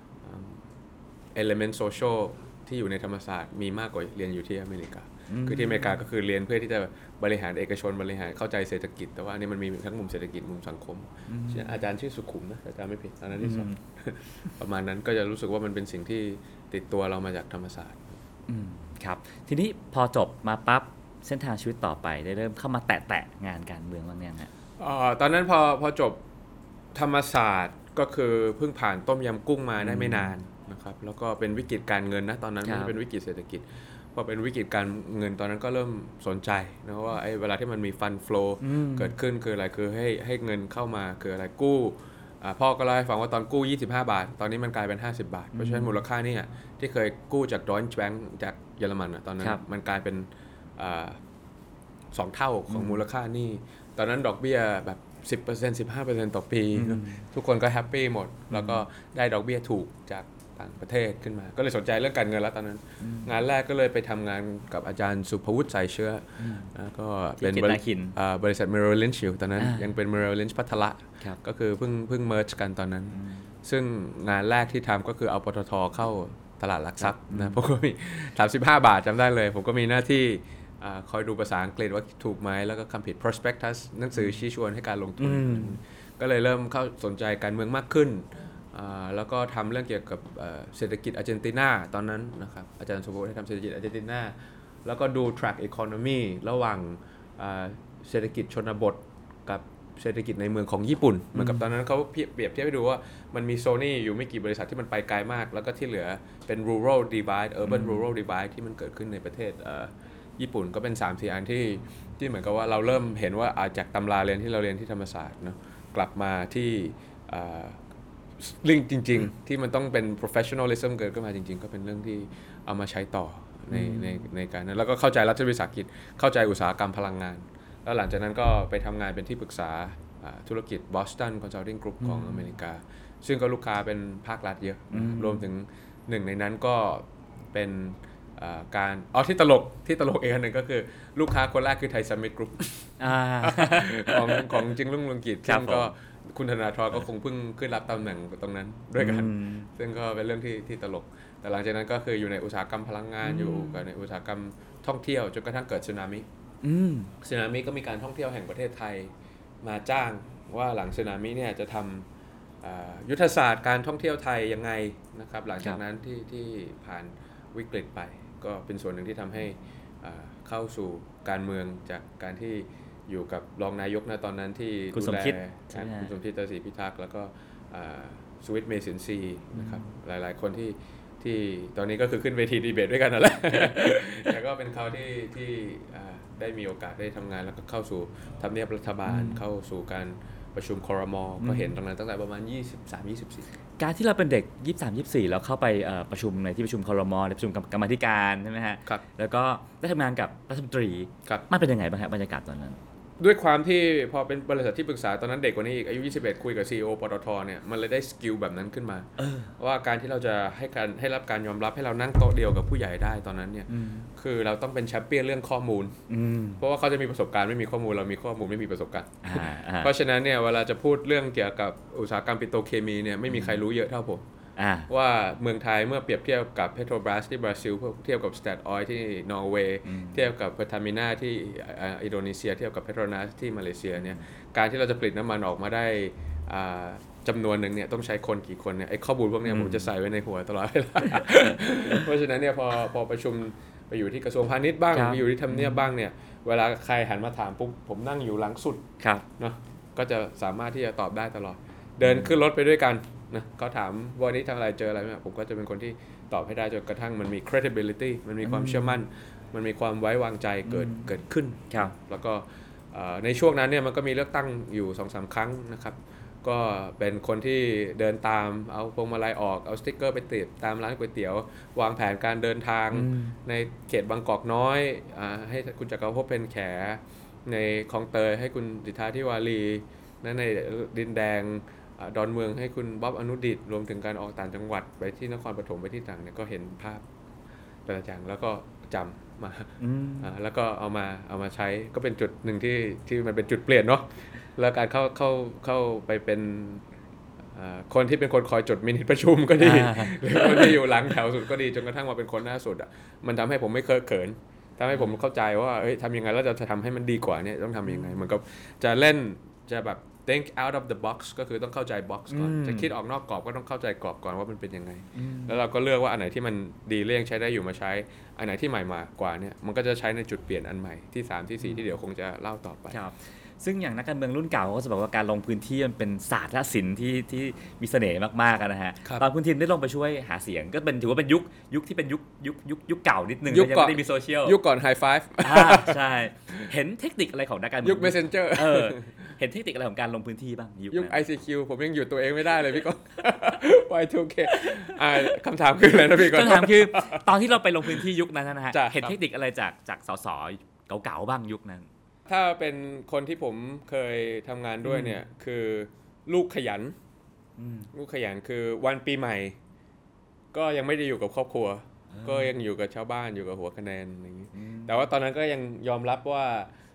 element social ที่อยู่ในธรรมศาสตร์มีมากกว่าเรียนอยู่ที่อเมริกาคือที่อเมริกาก็คือเรียนเพื่อที่จะบริหารเอกชนบริหารเข้าใจเศรษฐกิจแต่ว่าอันนี้มันมีทั้งมุมเศรษฐกิจมุมสังคมอาจารย์ชื่อสุขุมนะอาจารย์ไม่ผิดตอนนั้นที่สอน ประมาณนั้นก็จะรู้สึกว่ามันเป็นสิ่งที่ติดตัวเรามาจากธรรมศาสตร์ครับทีนี้พอจบมาปั๊บเส้นทางชีวิตต่อไปได้เริ่มเข้ามาแตะงานการเมืองบ้างยังฮะตอนนั้นพอจบธรรมศาสตร์ก็คือเพิ่งผ่านต้มยำกุ้งมาได้ไม่นานนะครับแล้วก็เป็นวิกฤตการเงินนะตอนนั้นไม่ใช่เป็นวิกฤตเศรษฐกิจพอเป็นวิกฤตการเงินตอนนั้นก็เริ่มสนใจนะว่าไอ้เวลาที่มันมีฟันโฟลว์เกิดขึ้นคืออะไรคือให้เงินเข้ามาคืออะไรกู้พ่อก็เล่าให้ฟังว่าตอนกู้25 บาทตอนนี้มันกลายเป็น50 บาทเพราะฉะนั้นมูลค่านี่ที่เคยกู้จากดอยน์แบงก์จากเยอรมันตอนนั้นมันกลายเป็น2 เท่าของมูลค่านี่ตอนนั้นดอกเบี้ยแบบ 10% 15% ต่อปีทุกคนก็แฮปปี้หมดแล้วก็ได้ดอกเบี้ยถูกจากต่างประเทศขึ้นมาก็เลยสนใจเรื่องการเงินแล้วตอนนั้นงานแรกก็เลยไปทำงานกับอาจารย์สุภวุฒิสายเชื้อก็เป็นบริษัท Merrill Lynch อยู่ตอนนั้นยังเป็น Merrill Lynch พัทละก็คือเพิ่งเมิร์จกันตอนนั้นซึ่งงานแรกที่ทำก็คือเอาปตทเข้าตลาดหลักทรัพย์นะผมก็มี35 บาทจำได้เลยผมก็มีหน้าที่คอยดูภาษาอังกฤษว่าถูกไหมแล้วก็คำผิด prospectus หนังสือชี้ชวนให้การลงทุนก็เลยเริ่มเข้าสนใจการเมืองมากขึ้นแล้วก็ทำเรื่องเกี่ยวกับเศรษฐกิจอาร์เจนตินาตอนนั้นนะครับอาจารย์สุภวุฒิให้ทำเศรษฐกิจอาร์เจนตินาแล้วก็ดู track economy ระหว่างเศรษฐกิจชนบทกับเศรษฐกิจในเมืองของญี่ปุ่นเหมือนกับตอนนั้นเขาเปรียบเทียบให้ดูว่ามันมีโซนี่อยู่ไม่กี่บริษัทที่มันไปไกลมากแล้วก็ที่เหลือเป็น rural divide urban rural divide ที่มันเกิดขึ้นในประเทศญี่ปุ่นก็เป็น 3-4 อันที่เหมือนกับว่าเราเริ่มเห็นว่าจากตำราเรียนที่เราเรียนที่ธรรมศาสตร์เนาะกลับมาที่เรื่องจริงๆที่มันต้องเป็น professionalism เกิดขึ้นมาจริงๆก็เป็นเรื่องที่เอามาใช้ต่อในการนั้นแล้วก็เข้าใจรัฐวิสาหกิจเข้าใจอุตสาหกรรมพลังงานแล้วหลังจากนั้นก็ไปทำงานเป็นที่ปรึกษาธุรกิจ Boston Consulting Group ของอเมริกาซึ่งก็ลูกค้าเป็นภาครัฐเยอะรวมถึงหนึ่งในนั้นก็เป็นการที่ตลกอีกอันหนึ่งก็คือลูกค้าคนแรกคือไทยซัมมิตกรุ๊ปของจริงรุ่งเรืองกิจซึ่งก็คุณธนาธรก็คงเพิ่งขึ้นรับตำแหน่งตรงนั้นด้วยกันซึ่งก็เป็นเรื่องที่ตลกแต่หลังจากนั้นก็คืออยู่ในอุตสาหกรรมพลังงานอยู่กับในอุตสาหกรรมท่องเที่ยวจนกระทั่งเกิดสึนามิก็มีการท่องเที่ยวแห่งประเทศไทยมาจ้างว่าหลังสึนามิเนี่ยจะทำยุทธศาสตร์การท่องเที่ยวไทยยังไงนะครับหลังจากนั้นที่ผ่านวิกฤตไปก็เป็นส่วนหนึ่งที่ทำให้เข้าสู่การเมืองจากการที่อยู่กับรองนายกนะตอนนั้นที่ดูแลคุณสมคิด เตศรีพิทักษ์แล้วก็สวิตเมสินซีนะครับหลายๆคนที่ตอนนี้ก็คือขึ้นเวทีดีเบตด้วยกันนั่นแหละ แต่ก็เป็นเขาที่ได้มีโอกาสได้ทำงานแล้วก็เข้าสู่ทำเนียบรัฐบาลเข้าสู่การประชุมครม.ก็เห็นตรงนั้นตั้งแต่ประมาณ23-24 การที่เราเป็นเด็ก23-24แล้วเข้าไปประชุมในที่ประชุมครม.ในประชุมกรรมาธิการใช่ไหมฮะครับแล้วก็ได้ทำงานกับรัฐมนตรีมันเป็นยังไงบ้างครับบรรยากาศตอนนั้นด้วยความที่พอเป็นบริษัทที่ปรึกษาตอนนั้นเด็กกว่านี้อีกอายุ21คุยกับ CEO ปตทเนี่ยมันเลยได้สกิลแบบนั้นขึ้นมาว่าการที่เราจะให้รับการยอมรับให้เรานั่งโต๊ะเดียวกับผู้ใหญ่ได้ตอนนั้นเนี่ยคือเราต้องเป็นแชมเปี้ยนเรื่องข้อมูลเพราะว่าเขาจะมีประสบการณ์ไม่มีข้อมูลเรามีข้อมูลไม่มีประสบการณ์เพราะฉะนั้นเนี่ยเวลาจะพูดเรื่องเกี่ยวกับอุตสาหกรรมปิโตรเคมีเนี่ยไม่มีใครรู้เยอะเท่าผมว่าเมืองไทยเมื่อเปรียบเทียบกับ Petrobras ที่บราซิลเทียบกับ Statoil ที่นอร์เวย์เทียบกับ Pertamina ที่อินโดนีเซียเทียบกับ Petronas ที่มาเลเซียเนี่ยการที่เราจะผลิตน้ำมันออกมาได้จำนวนหนึ่งเนี่ยต้องใช้คนกี่คนเนี่ยไอ้ข้อมูลพวกนี้ผมจะใส่ไว้ในหัวตลอดเวลา เพราะฉะนั้นเนี่ยพอประชุมไปอยู่ที่กระทรวงพาณิชย์บ้างไปอยู่ที่ทำเนียบบ้างเนี่ยเวลาใครหันมาถามปุ๊บผมนั่งอยู่หลังสุดเนาะก็จะสามารถที่จะตอบได้ตลอดเดินขึ้นรถไปด้วยกันนะเขาถามวันนี้ทำอะไรเจออะไรไหมผมก็จะเป็นคนที่ตอบให้ได้จนกระทั่งมันมี credibility มันมีความเชื่อมั่นมันมีความไว้วางใจเกิดขึ้นแล้วก็ในช่วงนั้นเนี่ยมันก็มีเลือกตั้งอยู่ 2-3 ครั้งนะครับก็เป็นคนที่เดินตามเอาพวงมาลัยออกเอาสติ๊กเกอร์ไปติดตามร้านก๋วยเตี๋ยววางแผนการเดินทางในเขตบางกอกน้อยให้คุณจักรภพเป็นแขในคลองเตยให้คุณสิทธาธิวารีในดินแดงดอนเมืองให้คุณบ๊อบอนุดิษฐ์รวมถึงการออกต่างจังหวัดไปที่นครปฐมไปที่ต่างเนี่ยก็เห็นภาพแต่ละอย่างแล้วก็จำมาแล้วก็เอามาใช้ก็เป็นจุดหนึ่งที่มันเป็นจุดเปลี่ยนเนาะแล้วการเข้าไปเป็นคนที่เป็นคนคอยจดมินิประชุมก็ดีหรือคนที่อยู่หลังแถวสุดก็ดีจนกระทั่งมาเป็นคนหน้าสุดมันทำให้ผมไม่เคอะเขินทำให้ผมเข้าใจว่าทำยังไงแล้วจะทำให้มันดีกว่านี้ต้องทำยังไงมันก็จะเล่นจะแบบthink out of the box ก็คือต้องเข้าใจ box ก่อนจะคิดออกนอกกรอบก็ต้องเข้าใจกรอบก่อนว่ามันเป็นยังไงแล้วเราก็เลือกว่าอันไหนที่มันดีเรื่องใช้ได้อยู่มาใช้อันไหนที่ใหม่มากว่าเนี่ยมันก็จะใช้ในจุดเปลี่ยนอันใหม่ที่3ที่4ที่เดี๋ยวคงจะเล่าต่อไปซึ่งอย่างนักการเมืองรุ่นเก่าก็จะบอกว่าการลงพื้นที่มันเป็นศาสตร์และศิลป์ที่มีเสน่ห์มากๆนะฮะตอนคุณทินได้ลงไปช่วยหาเสียงก็เป็นถือว่าเป็นยุคที่เป็นยุคเก่านิดนึงยังไม่ได้มีโซเชียลยุคก่อนไฮไฟฟ์ใช่เห็นเทคนิคอะไรของนักการเมืองยุค Messenger เห็นเทคนิคอะไรของการลงพื้นที่บ้างยุค ICQ ผมยังอยู่ตัวเองไม่ได้เลยพี่ก้อง Y2K คำถามคืออะไรนะพี่ก้องคำถามคือตอนที่เราไปลงพื้นที่ยุคนั้นนะฮะเห็นเทคนิคอะไรจากสสเก่าๆบ้างยุคนั้นถ้าเป็นคนที่ผมเคยทำงานด้วยเนี่ยคือลูกขยันคือวันปีใหม่ก็ยังไม่ได้อยู่กับครอบครัวก็ยังอยู่กับชาวบ้านอยู่กับหัวคะแนนอย่างนี้แต่ว่าตอนนั้นก็ยังยอมรับว่า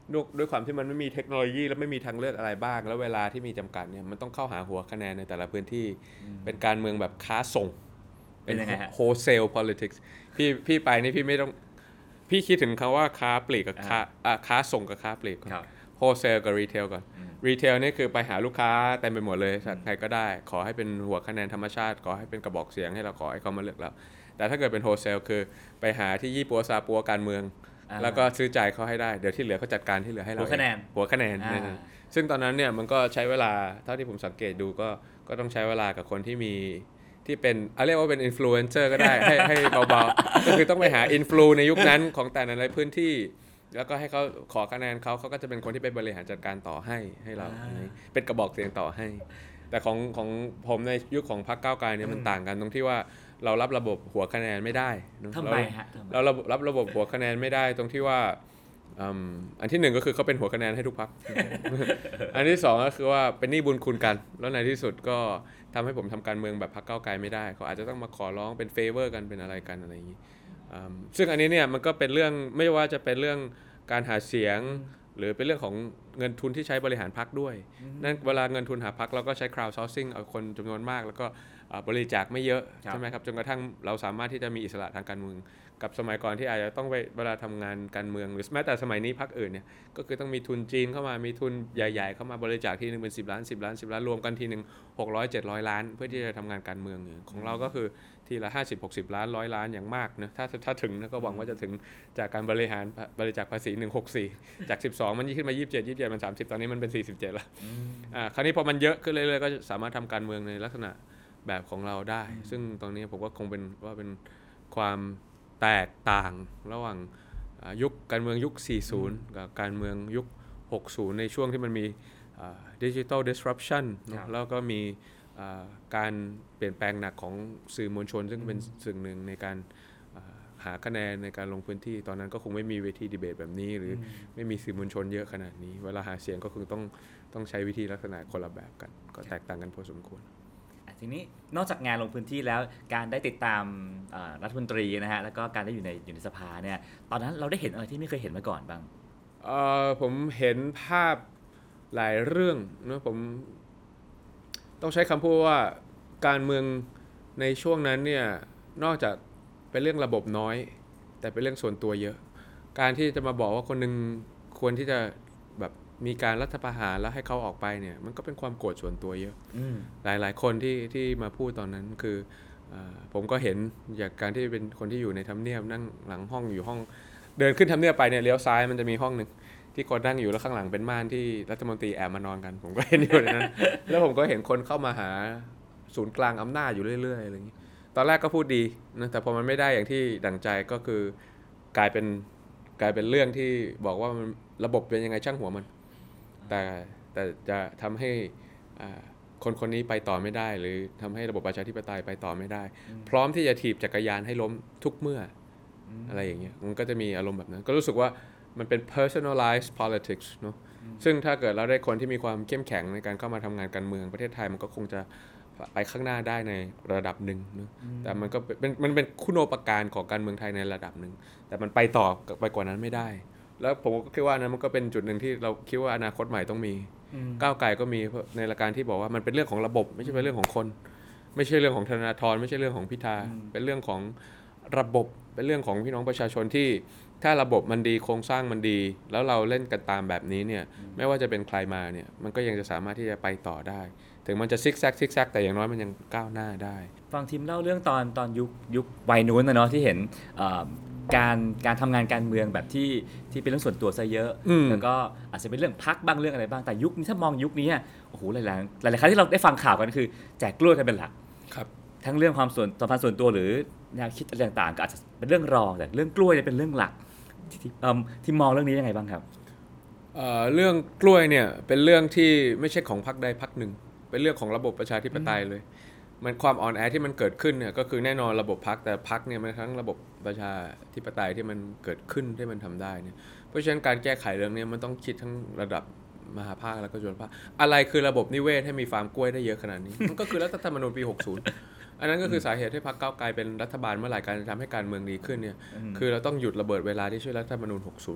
ด้วยความที่มันไม่มีเทคโนโลยีและไม่มีทางเลือกอะไรบ้างแล้วเวลาที่มีจำกัดเนี่ยมันต้องเข้าหาหัวคะแนนในแต่ละพื้นที่เป็นการเมืองแบบค้าส่งเป็นยังไงฮะ wholesale politics พี่ไปนี่พี่ไม่ต้องพี่คิดถึงคำว่าค้าปลีกกับค้าส่งกับค้าปลีกก่อนครับ wholesale กับ retail ก่อน retail นี่คือไปหาลูกค้าเต็มไปหมดเลยใครก็ได้ขอให้เป็นหัวคะแนนธรรมชาติขอให้เป็นกระบอกเสียงให้เราขอให้เขามาเลือกเราแต่ถ้าเกิดเป็น wholesale คือไปหาที่ยี่ปัวซาปัวการเมืองแล้วก็ซื้อใจเขาให้ได้เดี๋ยวที่เหลือเขาจัดการที่เหลือให้เราหัวคะแนนหัวคะแนนนะซึ่งตอนนั้นเนี่ยมันก็ใช้เวลาเท่าที่ผมสังเกตดูก็ต้องใช้เวลากับคนที่มีที่เป็นเรียกว่าเป็นอินฟลูเอนเซอร์ก็ได้ ให้เบาๆก็คือต้องไปหาอินฟลูในยุคนั้นของแต่ในพื้นที่แล้วก็ให้เขาขอคะแนนเขาก็จะเป็นคนที่ไปบริหารจัดการต่อให้เราเป็นกระบอกเสียงต่อให้ แต่ของผมในยุคของพรรคก้าวไกลเนี่ยมันต่างกันตรงที่ว่าเรารับระบบหัวคะแนนไม่ได้นะทำไมฮะเรารับระบบหัวคะแนนไม่ได้ตรงที่ว่าอันที่หนึ่งก็คือเขาเป็นหัวคะแนนให้ทุกพรรค อันที่สองก็คือว่าเป็นหนี้บุญคุณกันแล้วในที่สุดก็ทำให้ผมทำการเมืองแบบพรรคก้าวไกลไม่ได้เขาอาจจะต้องมาขอร้องเป็นเฟเวอร์กันเป็นอะไรกันอะไรอย่างนี้ซึ่งอันนี้เนี่ยมันก็เป็นเรื่องไม่ว่าจะเป็นเรื่องการหาเสียงหรือเป็นเรื่องของเงินทุนที่ใช้บริหารพรรคด้วยนั่นเวลาเงินทุนหาพรรคเราก็ใช้ crowd sourcing เอาคนจำนวนมากแล้วก็บริจาคไม่เยอะใช่ไหมครับจนกระทั่งเราสามารถที่จะมีอิสระทางการเมืองกับสมัยก่อนที่อาจจะต้องไปเวลาทำงานการเมืองหรือแม้แต่สมัยนี้พรรคอื่นเนี่ยก็คือต้องมีทุนจีนเข้ามามีทุนใหญ่ๆเข้ามาบริจาคทีนึงเป็น10 ล้าน10 ล้าน10 ล้านรวมกันทีนึง600-700 ล้านเพื่อที่จะทำงานการเมืองของเราก็คือทีละ50-60 ล้าน100 ล้านอย่างมากนะถ้าถึงนะก็หวังว่าจะถึงจากการบริจาคภาษี164จาก12มันขึ้นมา27มัน30ตอนนี้มันเป็น47แล้วคราวนี้พอมันเยอะขึ้นเรื่อยๆก็สามารถทำการเมืองในลักษณะแบบของเราได้ซึ่งตรงนี้ผมก็คงเป็นว่าเป็นความแตกต่างระหว่างยุคการเมืองยุค40กับการเมืองยุค60ในช่วงที่มันมีdigital disruption แล้วก็มีการเปลี่ยนแปลงหนักของสื่อมวลชนซึ่งเป็นสิ่งหนึ่งในการหาคะแนนในการลงพื้นที่ตอนนั้นก็คงไม่มีเวทีดีเบตแบบนี้หรือไม่มีสื่อมวลชนเยอะขนาดนี้เวลาหาเสียงก็คือต้องใช้วิธีลักษณะคนละแบบกันก็แตกต่างกันพอสมควรทีนี้นอกจากงานลงพื้นที่แล้วการได้ติดตามรัฐมนตรีนะฮะแล้วก็การได้อยู่ในสภาเนี่ยตอนนั้นเราได้เห็นอะไรที่ไม่เคยเห็นมาก่อนบ้างผมเห็นภาพหลายเรื่องนะผมต้องใช้คำพูดว่าการเมืองในช่วงนั้นเนี่ยนอกจากเป็นเรื่องระบบน้อยแต่เป็นเรื่องส่วนตัวเยอะการที่จะมาบอกว่าคนนึงควรที่จะแบบมีการรัฐประหารแล้วให้เขาออกไปเนี่ยมันก็เป็นความโกรธส่วนตัวเยอะหลายๆคนที่มาพูดตอนนั้นคือผมก็เห็นจากการที่เป็นคนที่อยู่ในทำเนียบนั่งหลังห้องอยู่ห้องเดินขึ้นทำเนียบไปเนี่ยเลี้ยวซ้ายมันจะมีห้องนึงที่คนนั่งอยู่แล้วข้างหลังเป็นม่านที่รัฐมนตรีแอบมานอนกันผมก็เห็นอยู่ในนั้น แล้วผมก็เห็นคนเข้ามาหาศูนย์กลางอำนาจอยู่เรื่อยๆอะไรอย่างนี้ตอนแรกก็พูดดีนะแต่พอมันไม่ได้อย่างที่ดั่งใจก็คือกลายเป็นเรื่องที่บอกว่ามันระบบเป็นยังไงช่างหัวมันแต่จะทำให้คนนี้ไปต่อไม่ได้หรือทำให้ระบบประชาธิปไตยไปต่อไม่ได้พร้อมที่จะถีบจักรยานให้ล้มทุกเมื่ออะไรอย่างเงี้ยมันก็จะมีอารมณ์แบบนั้นก็รู้สึกว่ามันเป็น personalized politics เนอะซึ่งถ้าเกิดเราได้คนที่มีความเข้มแข็งในการเข้ามาทำงานการเมืองประเทศไทยมันก็คงจะไปข้างหน้าได้ในระดับหนึ่งเนอะแต่มันก็เป็นคุณูปการของการเมืองไทยในระดับหนึ่งแต่มันไปต่อไปกว่านั้นไม่ได้แล้วผมก็คิดว่านั้นมันก็เป็นจุดหนึ่งที่เราคิดว่าอนาคตใหม่ต้องมีก้าวไกลก็มีในรายการที่บอกว่ามันเป็นเรื่องของระบบไม่ใช่เป็นเรื่องของคนไม่ใช่เรื่องของธนาธรไม่ใช่เรื่องของพิธาเป็นเรื่องของระบบเป็นเรื่องของพี่น้องประชาชนที่ถ้าระบบมันดีโครงสร้างมันดีแล้วเราเล่นกันตามแบบนี้เนี่ยไม่ว่าจะเป็นใครมาเนี่ยมันก็ยังจะสามารถที่จะไปต่อได้ถึงมันจะซิกแซกแต่อย่างน้อยมันยังก้าวหน้าได้ฟังทีมเล่าเรื่องตอนยุควัยนู้นนะเนาะที่เห็นการทำงานการเมืองแบบที่เป็นเรื่องส่วนตัวซะเยอะแล้วก็อาจจะเป็นเรื่องพรรคบ้างเรื่องอะไรบ้างแต่ยุคนี้ถ้ามองยุคนี้โอ้โหหลายครั้งที่เราได้ฟังข่าวกันคือแจกกล้วยกันเป็นหลักครับทั้งเรื่องความสัมพันธ์ส่วนตัวหรือแนวคิดอะไรต่างๆก็อาจจะเป็นเรื่องรองแต่เรื่องกล้วยเนี่ยเป็นเรื่องหลักที่มองเรื่องนี้ยังไงบ้างครับเรื่องกล้วยเนี่ยเป็นเรื่องที่ไม่ใช่ของพรรคใดพรรคหนึ่งเป็นเรื่องของระบบประชาธิปไตยเลยมันความอ่อนแอที่มันเกิดขึ้นเนี่ยก็คือแน่นอนระบบพรรคแต่พรรคเนี่ยมันทั้งระบบประชาธิปไตยที่มันเกิดขึ้นที่มันทำได้เนี่ยเพราะฉะนั้นการแก้ไขเรื่องนี้มันต้องคิดทั้งระดับมหาภาคแล้วก็ส่วนภาคอะไรคือระบบนิเวศให้มีฟาร์มกล้วยได้เยอะขนาดนี้ มันก็คือรัฐธรรมนูญปี60อันนั้นก็คือสาเหตุที่พรรคก้าวไกลเป็นรัฐบาลเมื่อไหร่การทำให้การเมืองดีขึ้นเนี่ยคือเราต้องหยุดระเบิดเวลาที่ช่วยรัฐธรรมนูญ60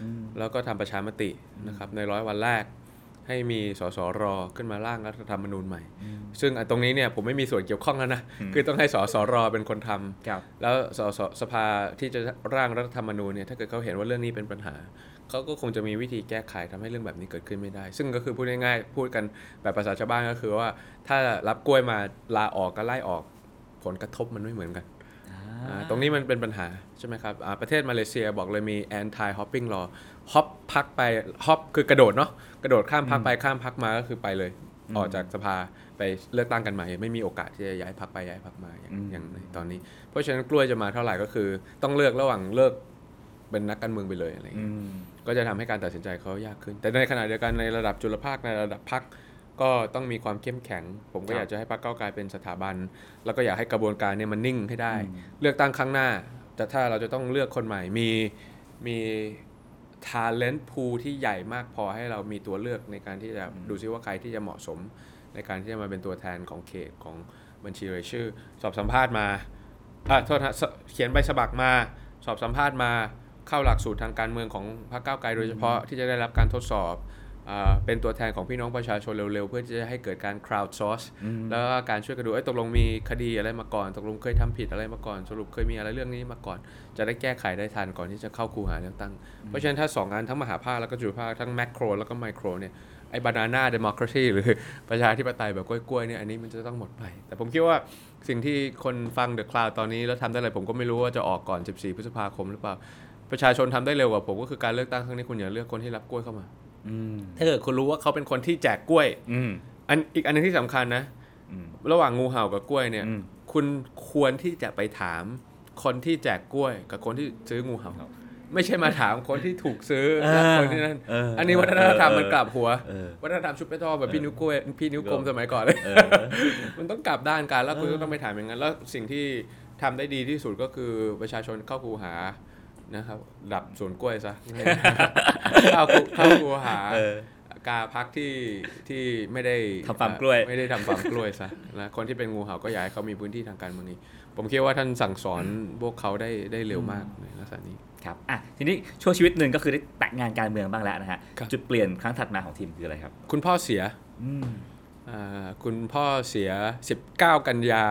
แล้วก็ทำประชามตินะครับใน100 วันแรกให้มีสสรขึ้นมาร่างรัฐธรรมนูญใหม่ซึ่งตรงนี้เนี่ยผมไม่มีส่วนเกี่ยวข้องแล้วนะคือต้องให้สสรเป็นคนทำแล้วสภาที่จะร่างรัฐธรรมนูญเนี่ยถ้าเกิดเขาเห็นว่าเรื่องนี้เป็นปัญหาเขาก็คงจะมีวิธีแก้ไขทำให้เรื่องแบบนี้เกิดขึ้นไม่ได้ซึ่งก็คือพูดง่ายๆพูดกันแบบภาษาชาวบ้านก็คือว่าถ้ารับกล้วยมาลาออกก็ไล่ออกผลกระทบมันไม่เหมือนกันตรงนี้มันเป็นปัญหาใช่ไหมครับประเทศมาเลเซียบอกเลยมี anti hopping law ฮอปพักไปฮอปคือกระโดดเนาะกระโดดข้ามพักไปข้ามพักมาก็คือไปเลยออกจากสภาไปเลือกตั้งกันใหม่ไม่มีโอกาสที่จะย้ายพักไปย้ายพักมาอย่างในตอนนี้เพราะฉะนั้นกล้วยจะมาเท่าไหร่ก็คือต้องเลือกระหว่างเลิกเป็นนักการเมืองไปเลยอะไรอย่างเงี้ยก็จะทำให้การตัดสินใจเขายากขึ้นแต่ในขณะเดียวกันในระดับจุลภาคในระดับพรรคก็ต้องมีความเข้มแข็งผมก็อยากจะให้พรรคก้าวไกลเป็นสถาบันแล้วก็อยากให้กระบวนการเนี่ยมันนิ่งให้ได้เลือกตั้งครั้งหน้าแต่ถ้าเราจะต้องเลือกคนใหม่มี talent pool ที่ใหญ่มากพอให้เรามีตัวเลือกในการที่จะดูซิว่าใครที่จะเหมาะสมในการที่จะมาเป็นตัวแทนของเขตของบัญชีรายชื่อสอบสัมภาษณ์มาโทษนะเขียนใบสมัครมาสอบสัมภาษณ์มาเข้าหลักสูตรทางการเมืองของพรรคก้าวไกลโดยเฉพาะที่จะได้รับการทดสอบเป็นตัวแทนของพี่น้องประชาชนเร็วๆเพื่อที่จะให้เกิดการ crowd source แล้วก็การช่วยกันดูตกลงมีคดีอะไรมาก่อนตกลงเคยทำผิดอะไรมาก่อนสรุปเคยมีอะไรเรื่องนี้มาก่อนจะได้แก้ไขได้ทันก่อนที่จะเข้าคูหาเลือกตั้งเพราะฉะนั้นถ้า2 อันทั้งมหาภาคแล้วก็จุลภาคทั้งแมคโครแล้วก็ไมโครเนี่ยไอ้ banana democracy หรือประชาธิปไตยแบบกล้วยๆเนี่ยอันนี้มันจะต้องหมดไปแต่ผมคิดว่าสิ่งที่คนฟัง The Cloud ตอนนี้แล้วทำได้เลยผมก็ไม่รู้ว่าจะออกก่อน14 พฤษภาคมหรือเปล่าประชาชนทำได้เร็วกว่าผมก็คือการเลือกตั้งครั้งนี้คุณอย่าเลือกคนที่รับกล้วยเข้ามาถ้าเกิดคุณรู้ว่าเขาเป็นคนที่แจกกล้วยอีกอันนึงที่สำคัญนะระหว่างงูเห่ากับกล้วยเนี่ยคุณควรที่จะไปถามคนที่แจกกล้วยกับคนที่ซื้องูเห่าไม่ใช่มาถามคนที่ถูกซื้อคนที่นั่นอันนี้วัฒนธรรมมันกลับหัววัฒนธรรมชุบไปทอแบบพี่นิ้วกล้วยพี่นิ้วกลมสมัยก่อนเลยมันต้องกลับด้านกันแล้วคุณก็ต้องไปถามอย่างนั้นแล้วสิ่งที่ทำได้ดีที่สุดก็คือประชาชนเข้าคูหานะครับดับสวนกล้วยซะเข้าคูหากาพักที่ไม่ได้ทำฟาร์มกล้วยไม่ได้ทำฟาร์มกล้วยซะนะคนที่เป็นงูเห่าก็อยากให้เขามีพื้นที่ทางการเมืองนี้ผมคิดว่าท่านสั่งสอนพวกเขาได้เร็วมากในลักษณะนี้ครับทีนี้ช่วงชีวิตหนึ่งก็คือได้แตะงานการเมืองบ้างแล้วนะฮะจุดเปลี่ยนครั้งถัดมาของทีมคืออะไรครับคุณพ่อเสียคุณพ่อเสีย19 กันยา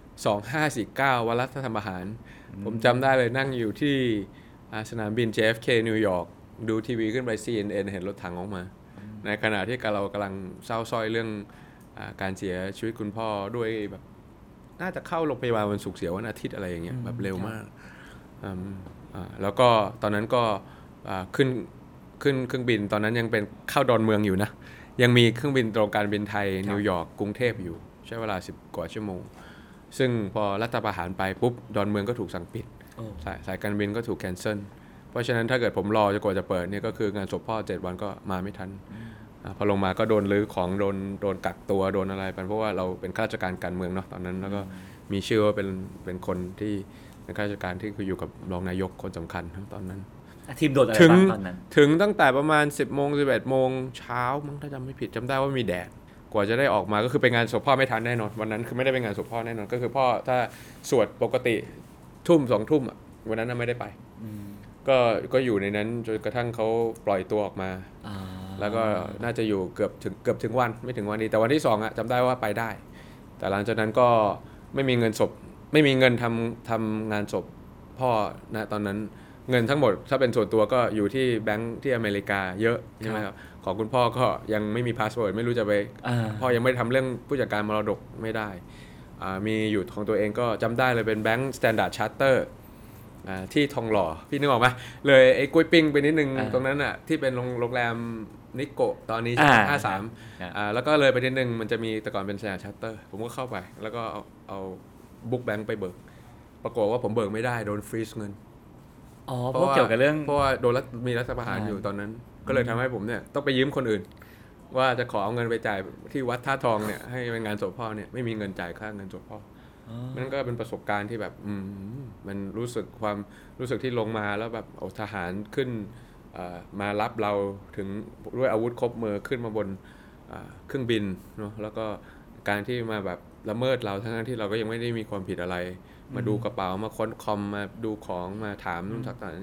2549วันรัฐธรรมนูญผมจำได้เลยนั่งอยู่ที่สนามบิน JFK นิวยอร์กดูทีวีขึ้นไป CNN เห็นรถถังออกมาในขณะที่เรากำลังเศร้าส้อยเรื่องการเสียชีวิตคุณพ่อด้วยแบบน่าจะเข้าโรงพยาบาลวันศุกร์เสียวันอาทิตย์อะไรอย่างเงี้ยแบบเร็วมากแล้วก็ตอนนั้นก็ขึ้นเครื่องบินตอนนั้นยังเป็นเข้าดอนเมืองอยู่นะยังมีเครื่องบินตรงการบินไทยนิวยอร์กกรุงเทพอยู่ใช้เวลา10 กว่าชั่วโมงซึ่งพอรัฐประหารไปปุ๊บดอนเมืองก็ถูกสั่งปิดสายการบินก็ถูกแคนเซิลเพราะฉะนั้นถ้าเกิดผมรอจนกว่าจะเปิดเนี่ยก็คืองานศพพ่อ7 วันก็มาไม่ทันพอลงมาก็โดนลื้อของโดนกักตัวโดนอะไรไปเพราะว่าเราเป็นข้าราชการการเมืองเนาะตอนนั้นแล้วก็มีชื่อว่าเป็นคนที่เป็นข้าราชการที่คืออยู่กับรองนายกคนสำคัญทั้งตอนนั้นทีมโดนอะไรบ้างตอนนั้นถึงตั้งแต่ประมาณ 10 โมง 11 โมงเช้ามั้งถ้าจำไม่ผิดจำได้ว่ามีแดดกว่าจะได้ออกมาก็คือเป็นงานศพพ่อไม่ทันแน่นอนวันนั้นคือไม่ได้เป็นงานศพพ่อแน่นอนก็คือพ่อถ้าสวดปกติ2 ทุ่มวันนั้นไม่ได้ไปก็อยู่ในนั้นจนกระทั่งเขาปล่อยตัวออกมาแล้วก็น่าจะอยู่เกือบถึงวันไม่ถึงวันนี้แต่วันที่2จำได้ว่าไปได้แต่หลังจากนั้นก็ไม่มีเงินศพไม่มีเงินทำงานศพพ่อนะตอนนั้นเงินทั้งหมดถ้าเป็นส่วนตัวก็อยู่ที่แบงค์ที่อเมริกาเยอะใช่ไหมครับของคุณพ่อก็ยังไม่มีพาสเวิร์ดไม่รู้จะไปพ่อยังไม่ทำเรื่องผู้จัดการมรดกไม่ได้มีอยู่ของตัวเองก็จำได้เลยเป็นแบงค์ Standard Charter ที่ทองหล่อพี่นึกออกไหมเลยไอ้กล้วยปิ้งไปนิดนึงตรงนั้นอ่ะที่เป็นโรงแรมนิโกะตอนนี้53แล้วก็เลยไปนิดนึงมันจะมีแต่ก่อนเป็น Standard Charter ผมก็เข้าไปแล้วก็เอาบุ๊กแบงค์ไปเบิกปรากฏว่าผมเบิกไม่ได้โดนฟรีซเงินเพราะเกี่ยวกับเรื่องเพราะว่าโดนมีรัฐประหารอยู่ตอนนั้นก็เลยทำให้ผมเนี่ยต้องไปยืมคนอื่นว่าจะขอเอาเงินไปจ่ายที่วัดท่าทองเนี่ยให้เป็นงานศพพ่อเนี่ยไม่มีเงินจ่ายค่าเงินศพพ่อนั่นก็เป็นประสบการณ์ที่แบบมันรู้สึกที่ลงมาแล้วแบบเอาทหารขึ้นมารับเราถึงด้วยอาวุธครบมือขึ้นมาบนเครื่องบินเนาะแล้วก็การที่มาแบบละเมิดเราทั้งที่เราก็ยังไม่ได้มีความผิดอะไรมาดูกระเป๋ามาค้นคอมมาดูของมาถามนู่นต่างๆนี่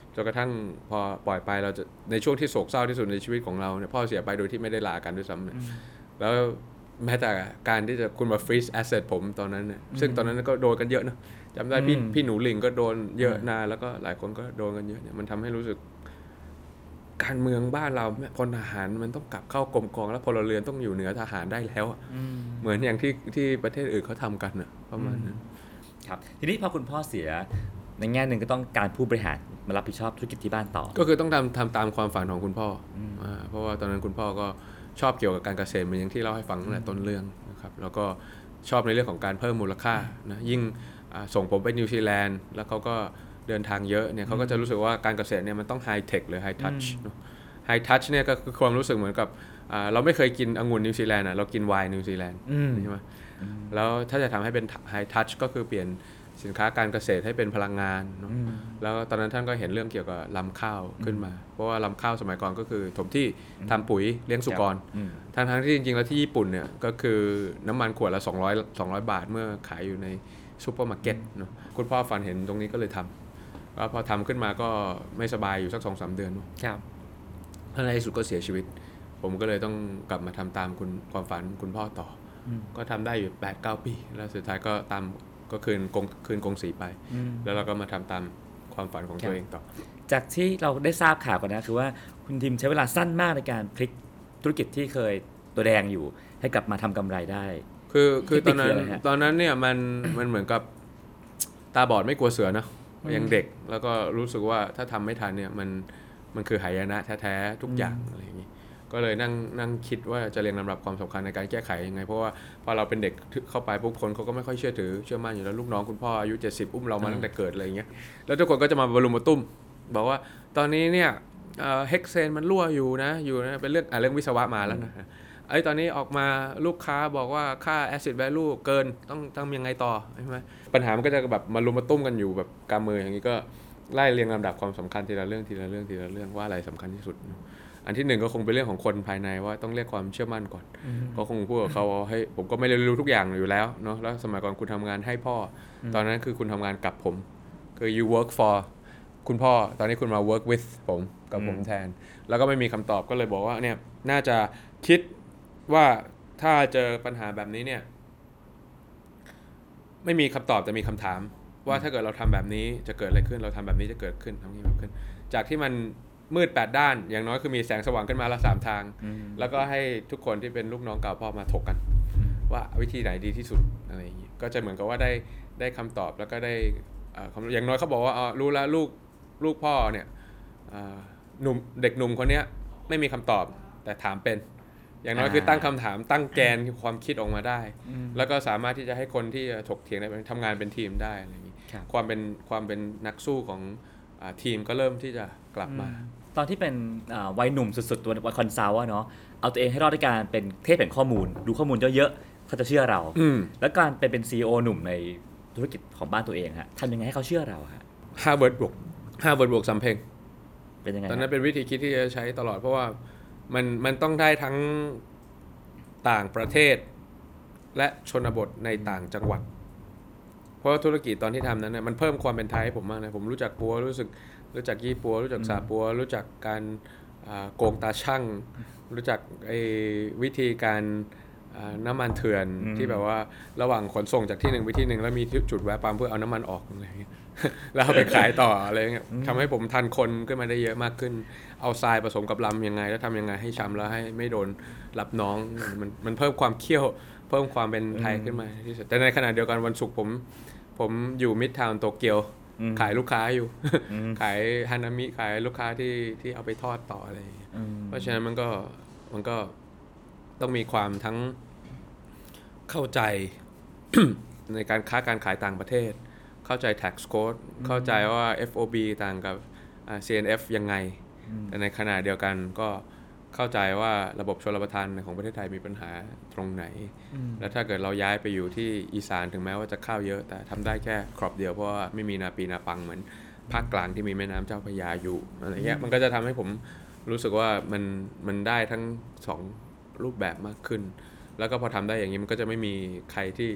จนกระทั่งพอปล่อยไปเราจะในช่วงที่โศกเศร้าที่สุดในชีวิตของเราเนี่ยพ่อเสียไปโดยที่ไม่ได้ลากันด้วยซ้ำเนี่ยแล้วแม้แต่การที่จะคุณมา freeze asset ผมตอนนั้นเนี่ยซึ่งตอนนั้นก็โดนกันเยอะนะจำได้พี่หนูหลิงก็โดนเยอะนานแล้วก็หลายคนก็โดนกันเยอะเนี่ยมันทำให้รู้สึกการเมืองบ้านเราพลทหารมันต้องกลับเข้ากรมกองแล้วพลเรือนต้องอยู่เหนือทหารได้แล้วเหมือนอย่างที่ประเทศอื่นเขาทำกันนะประมาณนั้นครับทีนี้พอคุณพ่อเสียในแง่หนึ่งก็ต้องการผู้บริหารมารับผิดชอบธุรกิจที่บ้านต่อก็คือต้องทำตามความฝันของคุณพ่อเพราะว่าตอนนั้นคุณพ่อก็ชอบเกี่ยวกับการเกษตรเหมือนอย่างที่เล่าให้ฟังตั้งแต่ต้นเรื่องนะครับแล้วก็ชอบในเรื่องของการเพิ่มมูลค่านะยิ่งส่งผมไปนิวซีแลนด์แล้วเขาก็เดินทางเยอะเนี่ยเขาก็จะรู้สึกว่าการเกษตรเนี่ยมันต้องไฮเทคหรือไฮทัชไฮทัชเนี่ยก็คือความรู้สึกเหมือนกับเราไม่เคยกินองุ่นนิวซีแลนด์เรากินไวน์นิวซีแลนด์ใช่ไหมแล้วถ้าจะทำให้เป็นไฮทัชก็คือเปลี่ยนสินค้าการเกษตรให้เป็นพลังงานเนาะแล้วตอนนั้นท่านก็เห็นเรื่องเกี่ยวกับลำข้าวขึ้นมาเพราะว่าลำข้าวสมัยก่อนก็คือถมที่ทำปุ๋ยเลี้ยงสุกรทั้งที่จริงๆแล้วที่ญี่ปุ่นเนี่ยก็คือน้ำมันขวดละ200 บาทเมื่อขายอยู่ในซูเปอร์มาร์เก็ตเนาะคุณพ่อฝันเห็นตรงนี้ก็เลยทำแล้วพอทำขึ้นมาก็ไม่สบายอยู่สัก 2-3 เดือนครับแล้วในที่สุดก็เสียชีวิตผมก็เลยต้องกลับมาทำตามความฝันคุณพ่อต่อก็ทำได้อยู่ 8-9 ปีแล้วสุดท้ายก็ตามก็คืนกงสีไปแล้วเราก็มาทำตามความฝันของตัวเองต่อจากที่เราได้ทราบข่าวกันนะคือว่าคุณทิมใช้เวลาสั้นมากในการพลิกธุรกิจที่เคยตัวแดงอยู่ให้กลับมาทำกำไรได้คือตอนนั้นเนี่ยมันเหมือนกับตาบอดไม่กลัวเสือนะยังเด็กแล้วก็รู้สึกว่าถ้าทำไม่ทันเนี่ยมันคือหายนะแท้ๆทุกอย่างอะไรอย่างนี้ก็เลยนั่งคิดว่าจะเรียงลำดับความสำคัญในการแก้ไขยังไงเพราะว่าพอเราเป็นเด็กเข้าไปปุ๊บคนเขาก็ไม่ค่อยเชื่อมั่นอยู่แล้วลูกน้องคุณพ่ออายุ70อุ้มเรามาตั้งแต่เกิดอะไรอย่างเงี้ยแล้วทุกคนก็จะมาบรรลุมาตุ้มบอกว่าตอนนี้เนี่ยเฮกเซนมันรั่วอยู่นะเป็นเรื่องวิศวะมาแล้วนะตอนนี้ออกมาลูกค้าบอกว่าค่า acid value เกินต้องยังไงต่อใช่ไหมปัญหามันก็จะแบบมารุมมาตุ้มกันอยู่แบบกำมืออย่างนี้ก็ไล่เรียงลำดับความสำคัญทีละเรื่องว่าอะไรสำคัญที่สุดอันที่หนึ่งก็คงเป็นเรื่องของคนภายในว่าต้องเรียกความเชื่อมั่นก่อนก็คงพูดกับเขาให้ผมก็ไม่ได้รู้ทุกอย่างอยู่แล้วเนาะแล้วสมัยก่อนคุณทำงานให้พ่อตอนนั้นคือคุณทำงานกับผมคือ you work for คุณพ่อตอนนี้คุณมา work with ผมกับผมแทนแล้วก็ไม่มีคำตอบก็เลยบอกว่าเนี่ยน่าจะคิดว่าถ้าเจอปัญหาแบบนี้เนี่ยไม่มีคำตอบแต่มีคำถามว่าถ้าเกิดเราทำแบบนี้จะเกิดอะไรขึ้นเราทำแบบนี้จะเกิดขึ้นทำนี้ขึ้นจากที่มันมืด8ด้านอย่างน้อยคือมีแสงสว่างขึ้นมาละ3ทางแล้วก็ให้ทุกคนที่เป็นลูกน้องเก่าพ่อมาถกกันว่าวิธีไหนดีที่สุดอะไรอย่างนี้ก็จะเหมือนกับว่าได้คำตอบแล้วก็ได้อย่างน้อยเขาบอกว่ารู้แล้วลูกพ่อเนี่ยเด็กหนุ่มคนนี้ไม่มีคำตอบแต่ถามเป็นอย่างน้อยคือตั้งคำถามตั้งแกนความคิดออกมาได้แล้วก็สามารถที่จะให้คนที่ถกเถียงได้ทำงานเป็นทีมได้อะไรอย่างนี้ความเป็นนักสู้ของทีมก็เริ่มที่จะกลับมาตอนที่เป็นวัยหนุ่มสุดๆตัววัยคอนซัลท์เนาะเอาตัวเองให้รอดด้วยการเป็นเทพแห่งข้อมูลดูข้อมูลเยอะๆเขาจะเชื่อเราแล้วการเป็น CEO หนุ่มในธุรกิจของบ้านตัวเองฮะทำยังไงให้เขาเชื่อเราฮะ Harvard บวกสำเพ็งเป็นยังไงตอนนั้นเป็นวิธีคิดที่จะใช้ตลอดเพราะว่ามันต้องได้ทั้งต่างประเทศและชนบทในต่างจังหวัดเพราะธุรกิจตอนที่ทำนั้นเนี่ยมันเพิ่มความเป็นไทยให้ผมมากนะผมรู้จักปัวรู้จักยี่ปัวรู้จักสาปัวรู้จักการโกงตาช่างรู้จักวิธีการน้ำมันเถื่อนที่แบบว่าระหว่างขนส่งจากที่หนึ่งไปที่หนึ่งแล้วมีจุดแวะปั๊มเพื่อเอาน้ำมันออกอะไรอย่างเงี้ยแล้วเอาไปขายต่ออะไรเงี้ยทำให้ผมทันคนขึ้นมาได้เยอะมากขึ้นเอาทรายผสมกับลำยังไงแล้วทำยังไงให้ช้ำแล้วให้ไม่โดนรับน้องมันเพิ่มความเคี่ยวเพิ่มความเป็นไทยขึ้นมาที่สุดแต่ในขณะเดียวกันวันศุกร์ผมอยู่มิดทาวน์โตเกียวขายลูกค้าอยู่ขายฮานามิขายลูกค้าที่เอาไปทอดต่ออะไรเพราะฉะนั้นมันก็ต้องมีความทั้งเข้าใจ ในการค้าการขายต่างประเทศเข้าใจ tax code เข้าใจว่า FOB ต่างกับ CNF ยังไงแต่ในขณะเดียวกันก็เข้าใจว่าระบบชลประทานของประเทศไทยมีปัญหาตรงไหนแล้วถ้าเกิดเราย้ายไปอยู่ที่อีสานถึงแม้ว่าจะข้าวเยอะแต่ทำได้แค่ครอบเดียวเพราะว่าไม่มีนาปีนาปังเหมือนภาคกลางที่มีแม่น้ำเจ้าพระยาอยู่อะไรเงี้ยมันก็จะทำให้ผมรู้สึกว่ามันได้ทั้ง2รูปแบบมากขึ้นแล้วก็พอทำได้อย่างนี้มันก็จะไม่มีใครที่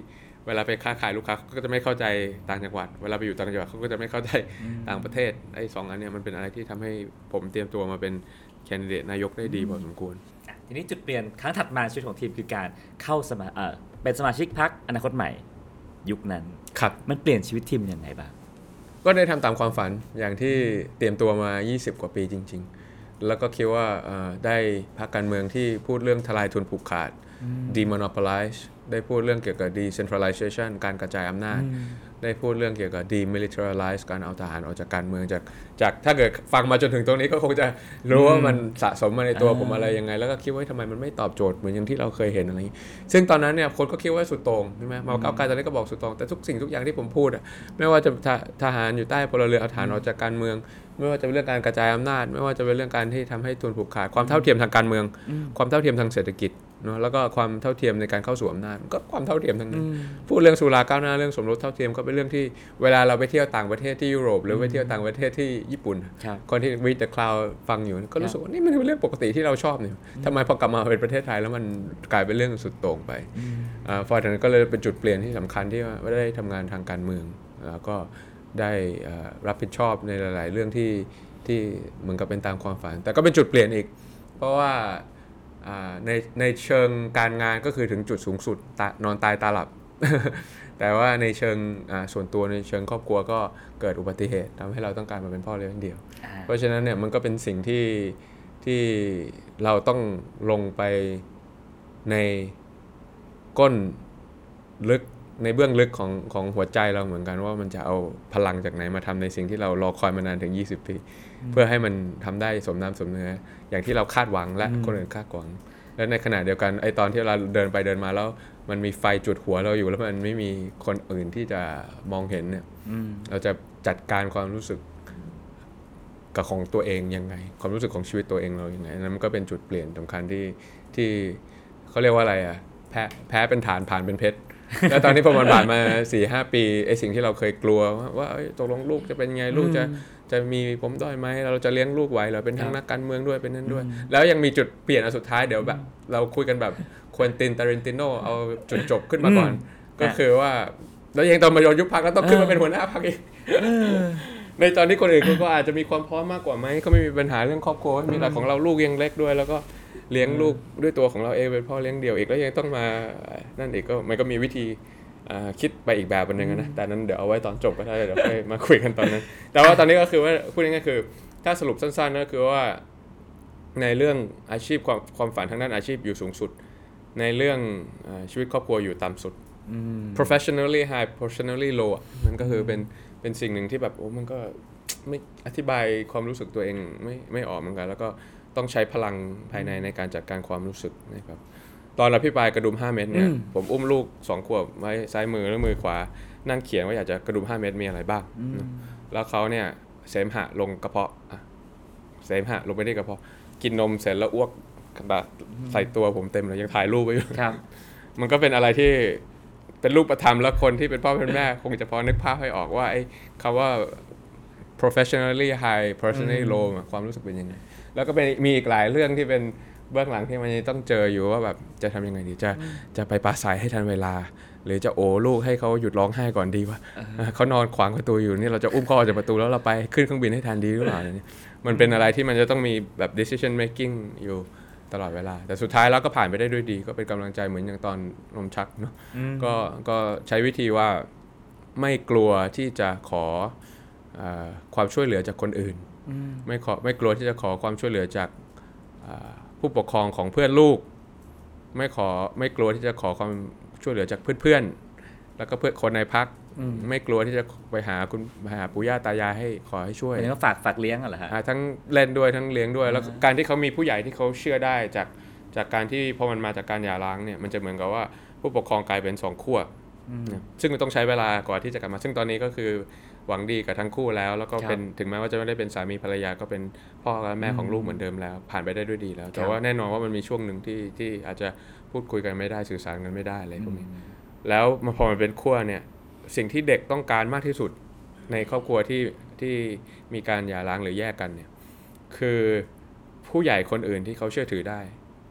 เวลาไปค้าขายลูกค้าเขาก็จะไม่เข้าใจต่างจังหวัดเวลาไปอยู่ต่างจังหวัดเขาก็จะไม่เข้าใจต่างประเทศไอ้2 อันเนี้ยมันเป็นอะไรที่ทำให้ผมเตรียมตัวมาเป็นแคนดิเดตนายกได้ดีพอสมควรทีนี้จุดเปลี่ยนครั้งถัดมาชีวิตของทีมคือการเข้าเป็นสมาชิกพรรคอนาคตใหม่ยุคนั้นครับมันเปลี่ยนชีวิตทีมยังไงบ้างก็ได้ทำตามความฝันอย่างที่เตรียมตัวมา20กว่าปีจริงๆแล้วก็คิดว่าได้พรรคการเมืองที่พูดเรื่องทลายทุนผูกขาด demonopolize ได้พูดเรื่องเกี่ยวกับ decentralization การกระจายอำนาจได้พูดเรื่องเกี่ยวกับ demilitarize การเอาทหารออกจากการเมืองจากถ้าเกิดฟังมาจนถึงตรงนี้ก็คงจะรู้ว่ามันสะสมมาในตัวผมอะไรยังไงแล้วก็คิดว่าทำไมมันไม่ตอบโจทย์เหมือนอย่างที่เราเคยเห็นอะไรอย่างนี้ซึ่งตอนนั้นเนี่ยคนก็คิดว่าสุดโต่งใช่ไหมมาก้าวไกลตอนนี้ก็บอกสุดโต่งแต่ทุกสิ่งทุกอย่างที่ผมพูดไม่ว่าจะทหารอยู่ใต้พลเรือนเอาทหารออกจากการเมืองไม่ว่าจะเป็นเรื่องการกระจายอำนาจไม่ว่าจะเป็นเรื่องการที่ทำให้ทุนผูกขาดความเท่าเทียมทางการเมืองความเท่าเทียมทางเศรษฐกิจเนาะแล้วก็ความเท่าเทียมในการเข้าสู่อำนาจก็ความเท่าเทียมทั้งนั้นพูดเรื่องสุราก้าวหน้าเรื่องสมรสเท่าเทียมก็เป็นเรื่องที่เวลาเราไปเที่ยวต่างประเทศที่ยุโรปหรือไปเที่ยวต่างประเทศที่ญี่ปุ่นคนที่ read the cloud ฟังอยู่ก็รู้สึกว่านี่มันเป็นเรื่องปกติที่เราชอบเนี่ยทำไมพอกลับมาเป็นประเทศไทยแล้วมันกลายเป็นเรื่องสุดโต่งไปเพราะฉะนั้นก็เลยเป็นจุดเปลี่ยนที่สำคัญที่ว่าได้ทำงานทางการเมืองแล้วก็ได้รับผิดชอบในหลายๆเรื่องที่เหมือนกับเป็นตามความฝันแต่ก็เป็นจุดเปลี่ยนอีกเพราะว่าในเชิงการงานก็คือถึงจุดสูงสุดนอนตายตาหลับ แต่ว่าในเชิงส่วนตัวในเชิงครอบครัวก็เกิดอุบัติเหตุทำให้เราต้องการมาเป็นพ่อเลี้ยงเดี่ยวเพราะฉะนั้นเนี่ยมันก็เป็นสิ่งที่เราต้องลงไปในก้นลึกในเบื้องลึกของหัวใจเราเหมือนกันว่ามันจะเอาพลังจากไหนมาทำในสิ่งที่เรารอคอยมานานถึง20 ปีเพื่อให้มันทำได้สมน้ำสมเนื้ออย่างที่เราคาดหวังและคนอื่นคาดหวังและในขณะเดียวกันไอตอนที่เราเดินไปเดินมาแล้วมันมีไฟจุดหัวเราอยู่แล้วมันไม่มีคนอื่นที่จะมองเห็นเนี่ยเราจะจัดการความรู้สึกกับของตัวเองยังไงความรู้สึกของชีวิตตัวเองเรายังไงนั้นมันก็เป็นจุดเปลี่ยนสำคัญที่เขาเรียกว่าอะไรแพ้เป็นฐานผ่านเป็นเพชรแล้วตอนนี้พอมันผ่านมา 4-5 ปีไอ้สิ่งที่เราเคยกลัวว่าตกลงลูกจะเป็นไงลูกจะมีปมด้อยไหมเราจะเลี้ยงลูกไหวเหรอเป็นทั้งนักการเมืองด้วยเป็นนั่นด้วยแล้วยังมีจุดเปลี่ยนอันสุดท้ายเดี๋ยวแบบเราคุยกันแบบควินติน ตารินติโนเอาจุดจบขึ้นมาก่อนก็คือว่าแล้วยังตอนมาโยนยุบพรรคแล้วต้องขึ้นมาเป็นหัวหน้าพรรคอีกในตอนที่คนอื่นก็อาจจะมีความพร้อมมากกว่าไหมเขาไม่มีปัญหาเรื่องครอบครัวมีแต่ของเราลูกยังเล็กด้วยแล้วก็เลี้ยงลูกด้วยตัวของเราเองเป็นพ่อเลี้ยงเดี่ยวอีกแล้วยังต้องมานั่นอีกก็มันก็มีวิธีคิดไปอีกแบบนึงนะแต่นั้นเดี๋ยวเอาไว้ตอนจบก็ได้เดี๋ยวค่อยมาคุยกันตอนนั้นแต่ว่าตอนนี้ก็คือว่าพูดง่ายๆคือถ้าสรุปสั้นๆก็คือว่าในเรื่องอาชีพความฝันทางด้านอาชีพอยู่สูงสุดในเรื่องชีวิตครอบครัวอยู่ต่ำสุด professionally high professionally low มันก็คือเป็นสิ่งหนึ่งที่แบบโอ้มันก็ไม่อธิบายความรู้สึกตัวเองไม่ออกเหมือนกันแล้วก็ต้องใช้พลังภายในการจัดการความรู้สึกนะครับตอนอภิปรายกระดุม5 เม็ดเนี่ยผมอุ้มลูก2 ขวบไว้ซ้ายมือแล้วมือขวานั่งเขียนว่าอยากจะกระดุม5 เม็ดมีอะไรบ้างแล้วเขาเนี่ยเสมหะลงกระเพาะเสมหะลงไปที่กระเพาะกินนมเสร็จแล้วอ้วกใส่ตัวผมเต็มเลยยังถ่ายรูปไว้อยู่มันก็เป็นอะไรที่เป็นรูปธรรมแล้วคนที่เป็นพ่อเป็นแม่คงจะพอนึกภาพให้ออกว่าไอ้คำว่า professionally high personally low ความรู้สึกเป็นยังไงแล้วก็มีอีกหลายเรื่องที่เป็นเบื้องหลังที่มันต้องเจออยู่ว่าแบบจะทำยังไงดีจะไปปราศัยให้ทันเวลาหรือจะโอ้ลูกให้เขาหยุดร้องไห้ก่อนดีวะเขานอนขวางประตูอยู่นี่เราจะอุ้มเขาออกจากประตูแล้วเราไปขึ้นเครื่องบินให้ทันดีหรือเปล่าเนี่ยมันเป็นอะไรที่มันจะต้องมีแบบ decision making อยู่ตลอดเวลาแต่สุดท้ายแล้วก็ผ่านไปได้ด้วยดีก็เป็นกำลังใจเหมือนอย่างตอนนมชักเนาะก็ใช้วิธีว่าไม่กลัวที่จะขอความช่วยเหลือจากคนอื่นไม่กลัวที่จะขอความช่วยเหลือจากผู้ปกครองของเพื่อนลูกไม่กลัวที่จะขอความช่วยเหลือจากเพื่อนๆแล้วก็เพื่อนคนในพรรคไม่กลัวที่จะไปหาปู่ย่าตายายให้ขอให้ช่วยอันนี้ก็ฝากเลี้ยงเหรอฮะทั้งเล่นด้วยทั้งเลี้ยงด้วยแล้วการที่เขามีผู้ใหญ่ที่เขาเชื่อได้จากการที่พอมันมาจากการหย่าร้างเนี่ยมันจะเหมือนกับว่าผู้ปกครองกลายเป็น2 ขั้วซึ่งมันต้องใช้เวลากว่าที่จะกลับมาซึ่งตอนนี้ก็คือหวังดีกับทั้งคู่แล้วก็เป็นถึงแม้ว่าจะไม่ได้เป็นสามีภรรยาก็เป็นพ่อและแม่ของลูกเหมือนเดิมแล้วผ่านไปได้ด้วยดีแล้วแต่ว่าแน่นอนว่ามันมีช่วงหนึ่งที่อาจจะพูดคุยกันไม่ได้สื่อสารกันไม่ได้อะไรพวกนี้แล้วพอมันเป็นขั้วเนี่ยสิ่งที่เด็กต้องการมากที่สุดในครอบครัวที่มีการหย่าร้างหรือแยกกันเนี่ยคือผู้ใหญ่คนอื่นที่เขาเชื่อถือได้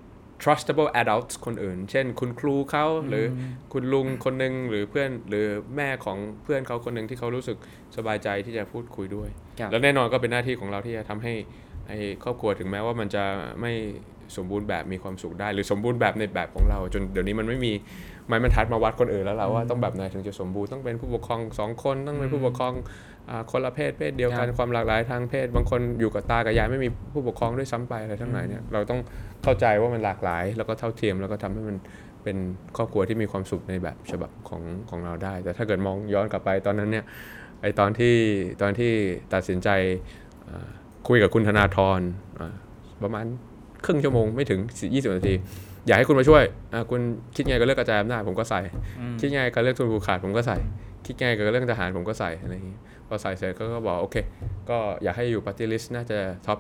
trustable adults คนอื่นเช่นคุณครูเขาหรือคุณลุงคนหนึ่งหรือเพื่อนหรือแม่ของเพื่อนเขาคนหนึ่งที่เขารู้สึกสบายใจที่จะพูดคุยด้วยแล้วแน่นอนก็เป็นหน้าที่ของเราที่จะทำให้ครอบครัวถึงแม้ว่ามันจะไม่สมบูรณ์แบบมีความสุขได้หรือสมบูรณ์แบบในแบบของเราจนเดี๋ยวนี้มันไม่มีไม้บรรทัดมาวัดคนอื่นแล้วว่าต้องแบบไหนถึงจะสมบูรณ์ต้องเป็นผู้ปกครอง2คนต้องเป็นผู้ปกครองคนละเพศเดียวกันความหลากหลายทางเพศบางคนอยู่กับตากับยายไม่มีผู้ปกครองด้วยซ้ำไปอะไรทั้งหลายเนี่ยเราต้องเข้าใจว่ามันหลากหลายแล้วก็เท่าเทียมแล้วก็ทำให้มันเป็นครอบครัวที่มีความสุขในแบบฉบับของเราได้แต่ถ้าเกิดมองย้อนกลับไปตอนนั้นเนี่ยตอนที่ตัดสินใจคุยกับคุณธนาธรประมาณครึ่งชั่วโมงไม่ถึง20นาทีอยากให้คุณมาช่วยคุณคิดไงกับเรื่องกระจายอำนาจผมก็ใส่คิดไงกับเรื่องทุนผูกขาดผมก็ใส่คิดไงกับเรื่องทหารผมก็ใส่อะไรอย่างนี้พอใส่เสร็จก็บอกโอเคก็อยากให้อยู่ Party List น่าจะท็อป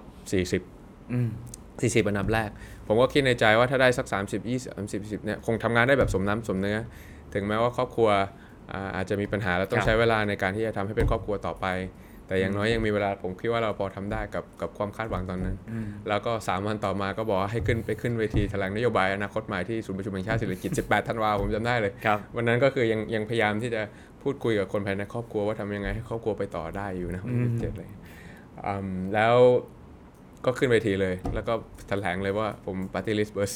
40อันดับแรกผมก็คิดในใจว่าถ้าได้สัก30 20 30 10เนี่ยคงทำงานได้แบบสมน้ำสมเนื้อถึงแม้ว่าครอบครัวอาจจะมีปัญหาแล้วต้องใช้เวลาในการที่จะทำให้เป็นครอบครัวต่อไปแต่อย่างน้อยยังมีเวลาผมคิดว่าเราพอทำได้กับความคาดหวังตอนนั้นแล้วก็3วันต่อมาก็บอกให้ขึ้นเวทีแถลงนโยบายอนาคตใหม่ที่ศูนย์ประชุมแห่งชาติเศรษฐกิจ18ธันวาคมผมจำได้เลยวันนั้นก็คือยังพยายามที่จะพูดคุยกับคนภายในครอบครัวว่าทำยังไงให้ครอบครัวไปต่อได้อยู่นะ17เลยแล้วก็ขึ้นเวทีเลยแล้วก็แถลงเลยว่าผม Party List เบอร์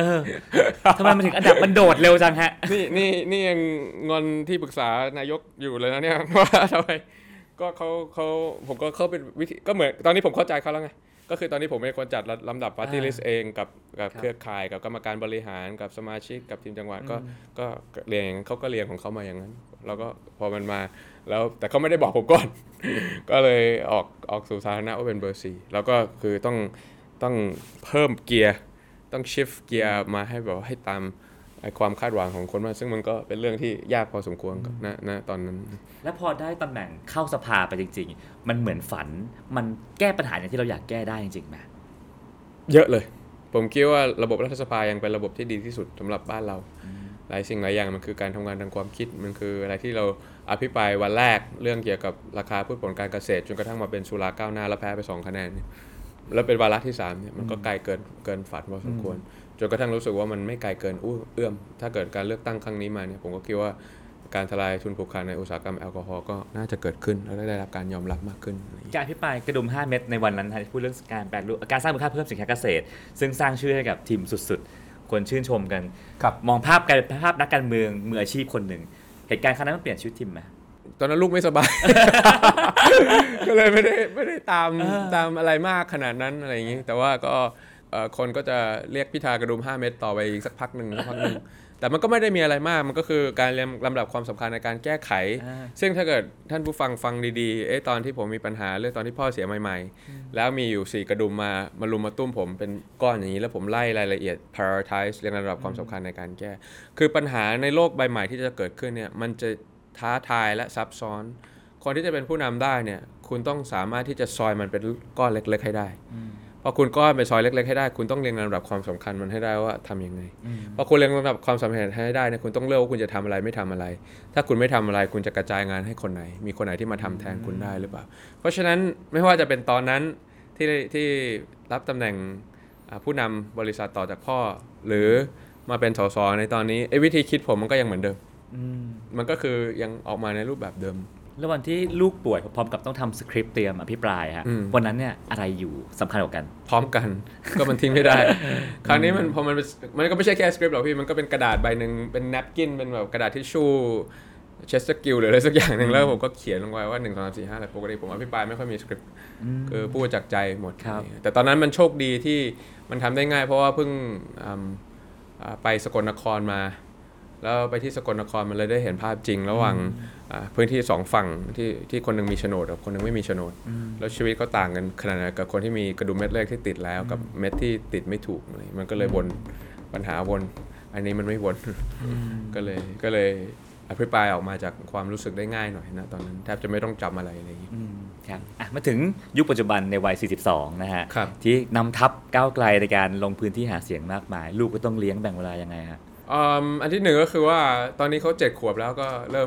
4 ทำไมมันถึงอันดับมันโดดเร็วจังฮะนี่ยังงอนที่ปรึกษานายกอยู่เลยนะเนี่ยว่าทำไมก็เขาผมก็เข้าเป็นวิธีก็เหมือนตอนนี้ผมเข้าใจเขาแล้วไงก็คือตอนนี้ผมเป็นคนจัดลำดับ Party List เองกับเครือข่ายกับกรรมการบริหารกับสมาชิกกับทีมจังหวัดก็เรียงเขาก็เรียงของเขามาอย่างนั้นแล้วก็พอมันมาแล้วแต่เขาไม่ได้บอกผมก่อน ก็เลยออกสู่สาธารณะว่าเป็นเบอร์4แล้วก็คือต้องเพิ่มเกียร์ต้อง shift เกียร์มาให้แบบให้ตามความคาดหวังของคนมากซึ่งมันก็เป็นเรื่องที่ยากพอสมควรนะตอนนั้นแล้วพอได้ตำแหน่งเข้าสภาไปจริงๆมันเหมือนฝันมันแก้ปัญหาอย่างที่เราอยากแก้ได้จริงๆไหมเยอะเลยผมคิดว่าระบบรัฐสภายังเป็นระบบที่ดีที่สุดสำหรับบ้านเราหลายสิ่งหลายอย่างมันคือการทำงานทางความคิดมันคืออะไรที่เราอภิปรายวันแรกเรื่องเกี่ยวกับราคาพืชผลการเกษตรจนกระทั่งมาเป็นสุราก้าวหน้าแล้วแพ้ไป2คะแนนแล้วเป็นวาระที่3เนี่ยมันก็ไกลเกินฝันพอสมควรจนกระทั่งรู้สึกว่ามันไม่ไกลเกินเอื้อมถ้าเกิดการเลือกตั้งครั้งนี้มาเนี่ยผมก็คิดว่าการทลายทุนผูกขาดในอุตสาหกรรมแอลกอฮอล์ก็น่าจะเกิดขึ้นและได้รับการยอมรับมากขึ้นการอภิปรายกระดุม5เม็ดในวันนั้นพูดเรื่องการแปรรูปการสร้างมูลค่าเพิ่มสินค้าเกษตรซึ่งสร้างชื่อให้กับทีมสุดๆควรชื่นชมกันมองภาพนักการเมืองมืออาชีพคนหนึ่งเหตุการณ์ครั้งนั้นมันเปลี่ยนชีวิตทีมไหมตอนนั้นลูกไม่สบาย ก็เลยไม่ได้ตามอะไรมากขนาดนั้นอะไรอย่างนี้แต่ว่าก็คนก็จะเรียกพิธากระดุม5เม็ดต่อไปอีกสักพักหนึ่งแต่มันก็ไม่ได้มีอะไรมากมันก็คือการเรียงลำดับความสำคัญในการแก้ไขซึ่งถ้าเกิดท่านผู้ฟังดีๆตอนที่ผมมีปัญหาเรื่องตอนที่พ่อเสียใหม่ๆแล้วมีอยู่4กระดุมมารุมมาตุ้มผมเป็นก้อนอย่างนี้แล้วผมไล่รายละเอียด prioritize เรียงลำดับความสำคัญในการแก้คือปัญหาในโลกใบใหม่ที่จะเกิดขึ้นเนี่ยมันจะท้าทายและซับซ้อนคนที่จะเป็นผู้นำได้เนี่ยคุณต้องสามารถที่จะซอยมันเป็นก้อนเล็กๆให้ได้พอคุณก้อนเป็นซอยเล็กๆให้ได้คุณต้องเรียงลำดับความสำคัญมันให้ได้ว่าทำยังไงพอคุณเรียงลำดับความสำคัญให้ได้เนี่ยคุณต้องเลือกว่าคุณจะทำอะไรไม่ทำอะไรถ้าคุณไม่ทำอะไรคุณจะกระจายงานให้คนไหนมีคนไหนที่มาทำแทนคุณได้หรือเปล่าเพราะฉะนั้นไม่ว่าจะเป็นตอนนั้นที่รับตำแหน่งผู้นำบริษัทต่อจากพ่อหรือมาเป็นสสในตอนนี้วิธีคิดผมมันก็ยังเหมือนเดิมมันก็คือยังออกมาในรูปแบบเดิมแล้ววันที่ลูกป่วยพร้อมกับต้องทำสคริปต์เตรียมอภิปรายฮะวันนั้นเนี่ยอะไรอยู่สำคัญกว่ากันพร้อมกันก็มันทิ้งไม่ได้ คราวนี้พอมันก็ไม่ใช่แค่สคริปต์หรอกพี่มันก็เป็นกระดาษใบหนึ่งเป็นแนปกินเป็นแบบกระดาษทิชชู่เชสเตอร์กิลหรืออะไรสักอย่างหนึ่งแล้วผมก็เขียนลงไว้ว่า1 2 3 4 5อะไรปกติผมอภิปรายไม่ค่อยมีสคริปต์คือพูดจากใจหมดแต่ตอนนั้นมันโชคดีที่มันทำได้ง่ายเพราะว่าเพิ่งไปสกลนครมาแล้วไปที่สกลนครมันเลยได้เห็นภาพจริงระหว่างพื้นที่2ฝั่งที่คนนึงมีโฉนดกับคนนึงไม่มีโฉนดแล้วชีวิตก็ต่างกันขนาดไหนกับคนที่มีกระดุมเม็ดแรกที่ติดแล้วกับเม็ดที่ติดไม่ถูกมันก็เลยวนปัญหาวนอันนี้มันไม่วนก็เลยอภิปรายออกมาจากความรู้สึกได้ง่ายหน่อยนะตอนนั้นแทบจะไม่ต้องจำอะไรอะไรอย่างนี้ครับมาถึงยุคปัจจุบันในวัย42นะฮะที่นำทัพก้าวไกลในการลงพื้นที่หาเสียงมากมายลูกก็ต้องเลี้ยงแบ่งเวลายังไงฮะอันที่1ก็คือว่าตอนนี้เขา7 ขวบแล้วก็เริ่ม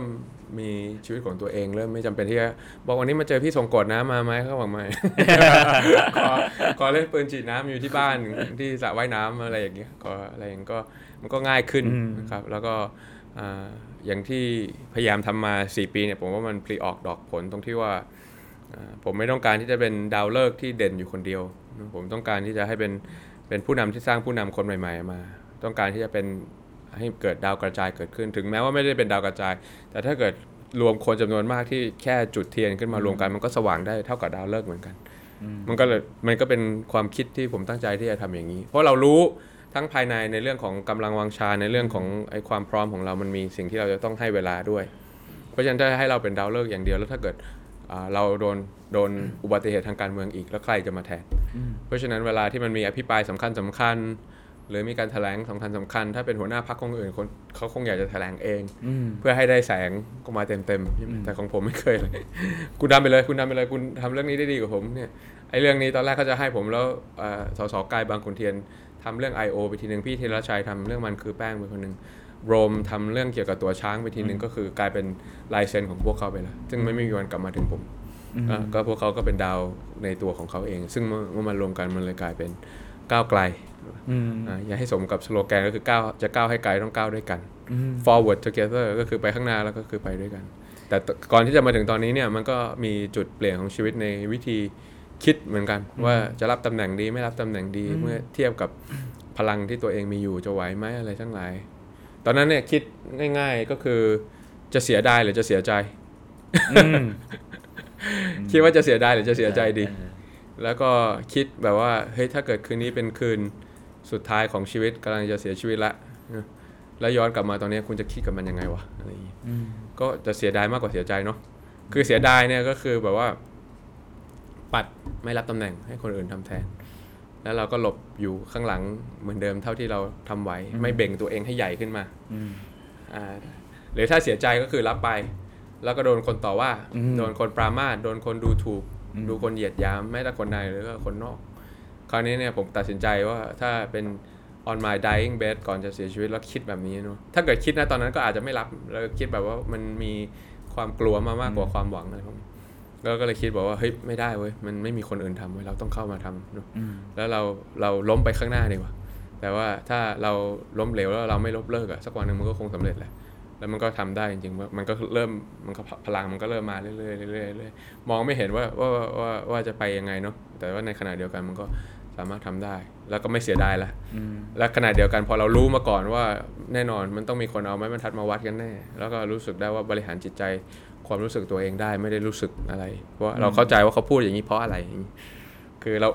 มีชีวิตของตัวเองเริ่มไม่จำเป็นที่จะบอกวันนี้มาเจอพี่ทรงกฎนะมาไหมเขาบอกไม่ ขอเล่นปืนฉีดน้ำอยู่ที่บ้านที่สระว่ายน้ำอะไรอย่างเงี้ยก็อะไรอย่างก็มันก็ง่ายขึ้นนะครับแล้วก็อย่างที่พยายามทำมา4ปีเนี่ยผมว่ามันผลิออกดอกผลตรงที่ว่าผมไม่ต้องการที่จะเป็นดาวฤกษ์ที่เด่นอยู่คนเดียวผมต้องการที่จะให้เป็นผู้นำที่สร้างผู้นำคนใหม่ๆมาต้องการที่จะเป็นให้เกิดดาวกระจายเกิดขึ้นถึงแม้ว่าไม่ได้เป็นดาวกระจายแต่ถ้าเกิดรวมคนจำนวนมากที่แค่จุดเทียนขึ้นมารวมกันมันก็สว่างได้เท่ากับดาวฤกษ์เหมือนกันมันก็เป็นความคิดที่ผมตั้งใจที่จะทำอย่างนี้เพราะเรารู้ทั้งภายในเรื่องของกำลังวังชาในเรื่องของไอ้ความพร้อมของเรามันมีสิ่งที่เราจะต้องให้เวลาด้วยเพราะฉะนั้นถ้าให้เราเป็นดาวฤกษ์อย่างเดียวแล้วถ้าเกิดเราโดนอุบัติเหตุทางการเมืองอีกแล้วใครจะมาแทนเพราะฉะนั้นเวลาที่มันมีอภิปรายสำคัญหรือมีการแถลงสำคัญถ้าเป็นหัวหน้าพรรคคนอื่นเขาคงอยากจะแถลงเองเพื่อให้ได้แสงก็มาเต็มแต่ของผมไม่เคยเลยคุณทำไปเลยคุณทำเรื่องนี้ได้ดีกว่าผมเนี่ยไอ้เรื่องนี้ตอนแรกเขาจะให้ผมแล้วสสกายบางขุนเทียนทำเรื่อง I.O. ไปทีนึงพี่ธีรชัยทำเรื่องมันคือแป้งไปคนนึงโรมทำเรื่องเกี่ยวกับตัวช้างไปทีนึงก็คือกลายเป็นลายเซ็นของพวกเขาไปแล้วซึ่งไม่มีวันกลับมาถึงผมก็พวกเขาก็เป็นดาวในตัวของเขาเองซึ่งเมื่อมันรวมกันมันเลยกลายเป็นก้าวไกลอย่าให้สมกับสโลแกนก็คือจะก้าวให้ไกลต้องก้าวด้วยกัน forward together ก็คือไปข้างหน้าแล้วก็คือไปด้วยกันแต่ก่อนที่จะมาถึงตอนนี้เนี่ยมันก็มีจุดเปลี่ยนของชีวิตในวิธีคิดเหมือนกันว่าจะรับตำแหน่งดีไม่รับตำแหน่งดีเมื่อเทียบกับพลังที่ตัวเองมีอยู่จะไหวไหมอะไรทั้งหลายตอนนั้นเนี่ยคิดง่ายๆก็คือจะเสียดายหรือจะเสียใจคิดว่าจะเสียดายหรือจะเสียใจดีแล้วก็คิดแบบว่าเฮ้ยถ้าเกิดคืนนี้เป็นคืนสุดท้ายของชีวิตกำลังจะเสียชีวิตละแล้วย้อนกลับมาตอนนี้คุณจะคิดกับมันยังไงวะอะไรอย่างงี้ก็จะเสียดายมากกว่าเสียใจเนาะคือเสียดายเนี่ยก็คือแบบว่าปัดไม่รับตำแหน่งให้คนอื่นทำแทนแล้วเราก็หลบอยู่ข้างหลังเหมือนเดิมเท่าที่เราทำไหวไม่เบ่งตัวเองให้ใหญ่ขึ้นมาหรือถ้าเสียใจก็คือรับไปแล้วก็โดนคนต่อว่าโดนคนปรามาสโดนคนดูถูกดูคนเหยียดหยามไม่แต่คนในหรือก็คนนอกคราวนี้เนี่ยผมตัดสินใจว่าถ้าเป็น on my dying bed ก่อนจะเสียชีวิตแล้วคิดแบบนี้เนาะถ้าเกิดคิดนะตอนนั้นก็อาจจะไม่รับแล้วคิดแบบว่ามันมีความกลัวมากกว่าความหวังอะไรพวกนี้ก็เลยคิดบอกว่าเฮ้ยไม่ได้เว้ยมันไม่มีคนอื่นทำเว้ยเราต้องเข้ามาทำเนาะแล้วเราล้มไปข้างหน้าดีกว่าแต่ว่าถ้าเราล้มเหลวแล้วเราไม่ลบเลิกอะสักวันนึงมันก็คงสำเร็จแหละแล้วมันก็ทำได้จริงๆว่ามันก็เริ่มมันก็พลังมันก็เริ่มมาเรื่อยๆมองไม่เห็นว่าจะไปยังไงเนาะแต่ว่าในขณะเดียวกันมันก็สามารถทำได้แล้วก็ไม่เสียดายละและขณะเดียวกันพอเรารู้มาก่อนว่าแน่นอนมันต้องมีคนเอาไม้บรรทัดมาวัดกันแน่แล้วก็รู้สึกได้ว่าบริหารจิตใจความรู้สึกตัวเองได้ไม่ได้รู้สึกอะไรเพราะเราเข้าใจว่าเขาพูดอย่างนี้เพราะอะไรคือเรา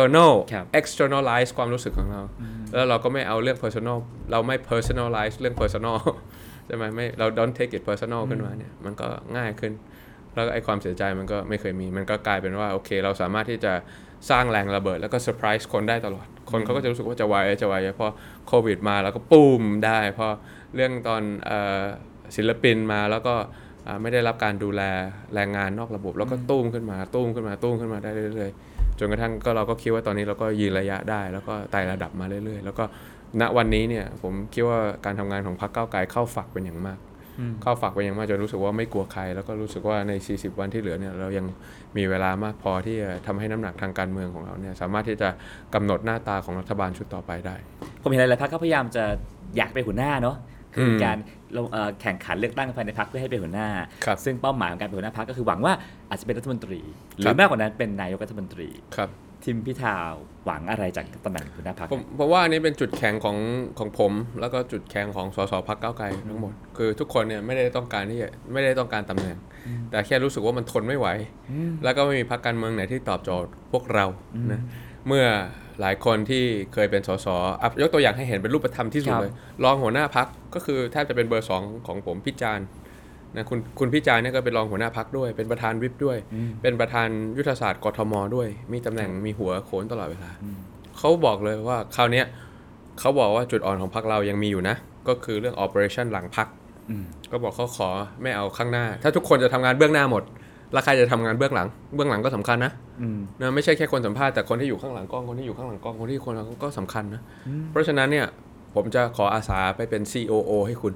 externalize ความรู้สึกของเราแล้วเราก็ไม่เอาเรื่อง personal เราไม่ personalize เรื่อง personal ใช่ไหมไม่เรา don't take it personal ขึ้นมาเนี่ยมันก็ง่ายขึ้นแล้วไอ้ความเสียใจมันก็ไม่เคยมีมันก็กลายเป็นว่าโอเคเราสามารถที่จะสร้างแรงระเบิดแล้วก็เซอร์ไพรส์คนได้ตลอดคนเขาก็จะรู้สึกว่าจะวายพอโควิดมาแล้วก็ปุ้มได้พอเรื่องตอนศิลปินมาแล้วก็ไม่ได้รับการดูแลแรงงานนอกระบบแล้วก็ตุ้มขึ้นมาได้เรื่อยๆจนกระทั่งก็เราก็คิดว่าตอนนี้เราก็ยืนระยะได้แล้วก็ไต่ระดับมาเรื่อยๆแล้วก็ณวันนี้เนี่ยผมคิดว่าการทำงานของพรรคก้าวไกลเข้าฝักเป็นอย่างมากจนรู้สึกว่าไม่กลัวใครแล้วก็รู้สึกว่าใน40วันที่เหลือเนี่ยเรายังมีเวลามากพอที่จะทำให้น้ำหนักทางการเมืองของเราเนี่ยสามารถที่จะกำหนดหน้าตาของรัฐบาลชุดต่อไปได้ผมเห็นหลายๆพรรคก็พยายามจะอยากเป็นหัวหน้าเนาะคือการแข่งขันเลือกตั้งภายในพรรคเพื่อให้เป็นหัวหน้าซึ่งเป้าหมายของการเป็นหัวหน้าพรรคก็คือหวังว่าอาจจะเป็นรัฐมนตรีหรือมากกว่านั้นเป็นนายกรัฐมนตรีทีมพิธาหวังอะไรจากตำแหน่งหัวหน้าพรรคเพราะว่าอันนี้เป็นจุดแข็งของผมแล้วก็จุดแข็งของสสพรรคก้าวไกลทั้งหมดคือทุกคนเนี่ยไม่ได้ต้องการตำแหน่งแต่แค่รู้สึกว่ามันทนไม่ไหวแล้วก็ไม่มีพรรคการเมืองไหนที่ตอบโจทย์พวกเรานะเมื่อหลายคนที่เคยเป็นสสยกตัวอย่างให้เห็นเป็นรูปธรรมที่สุดเลยรองหัวหน้าพรรคก็คือแทบจะเป็นเบอร์2ของผมพิจารณ์นะคุณพิจารณ์เนี่ยก็เป็นรองหัวหน้าพรรคด้วยเป็นประธานวิปด้วยเป็นประธานยุทธศาสตร์กทมด้วยมีตำแหน่งมีหัวโขนตลอดเวลาเขาบอกเลยว่าคราวนี้เขาบอกว่าจุดอ่อนของพรรคเรายังมีอยู่นะก็คือเรื่อง operation หลังพรรคก็บอกเขาขอไม่เอาข้างหน้าถ้าทุกคนจะทำงานเบื้องหน้าหมดแล้วใครจะทำงานเบื้องหลังก็สำคัญนะไม่ใช่แค่คนสัมภาษณ์แต่คนที่อยู่ข้างหลังกล้องคนที่อยู่ข้างหลังกล้องคนที่คนก็สำคัญนะเพราะฉะนั้นเนี่ยผมจะขออาสาไปเป็น COO ให้คุณ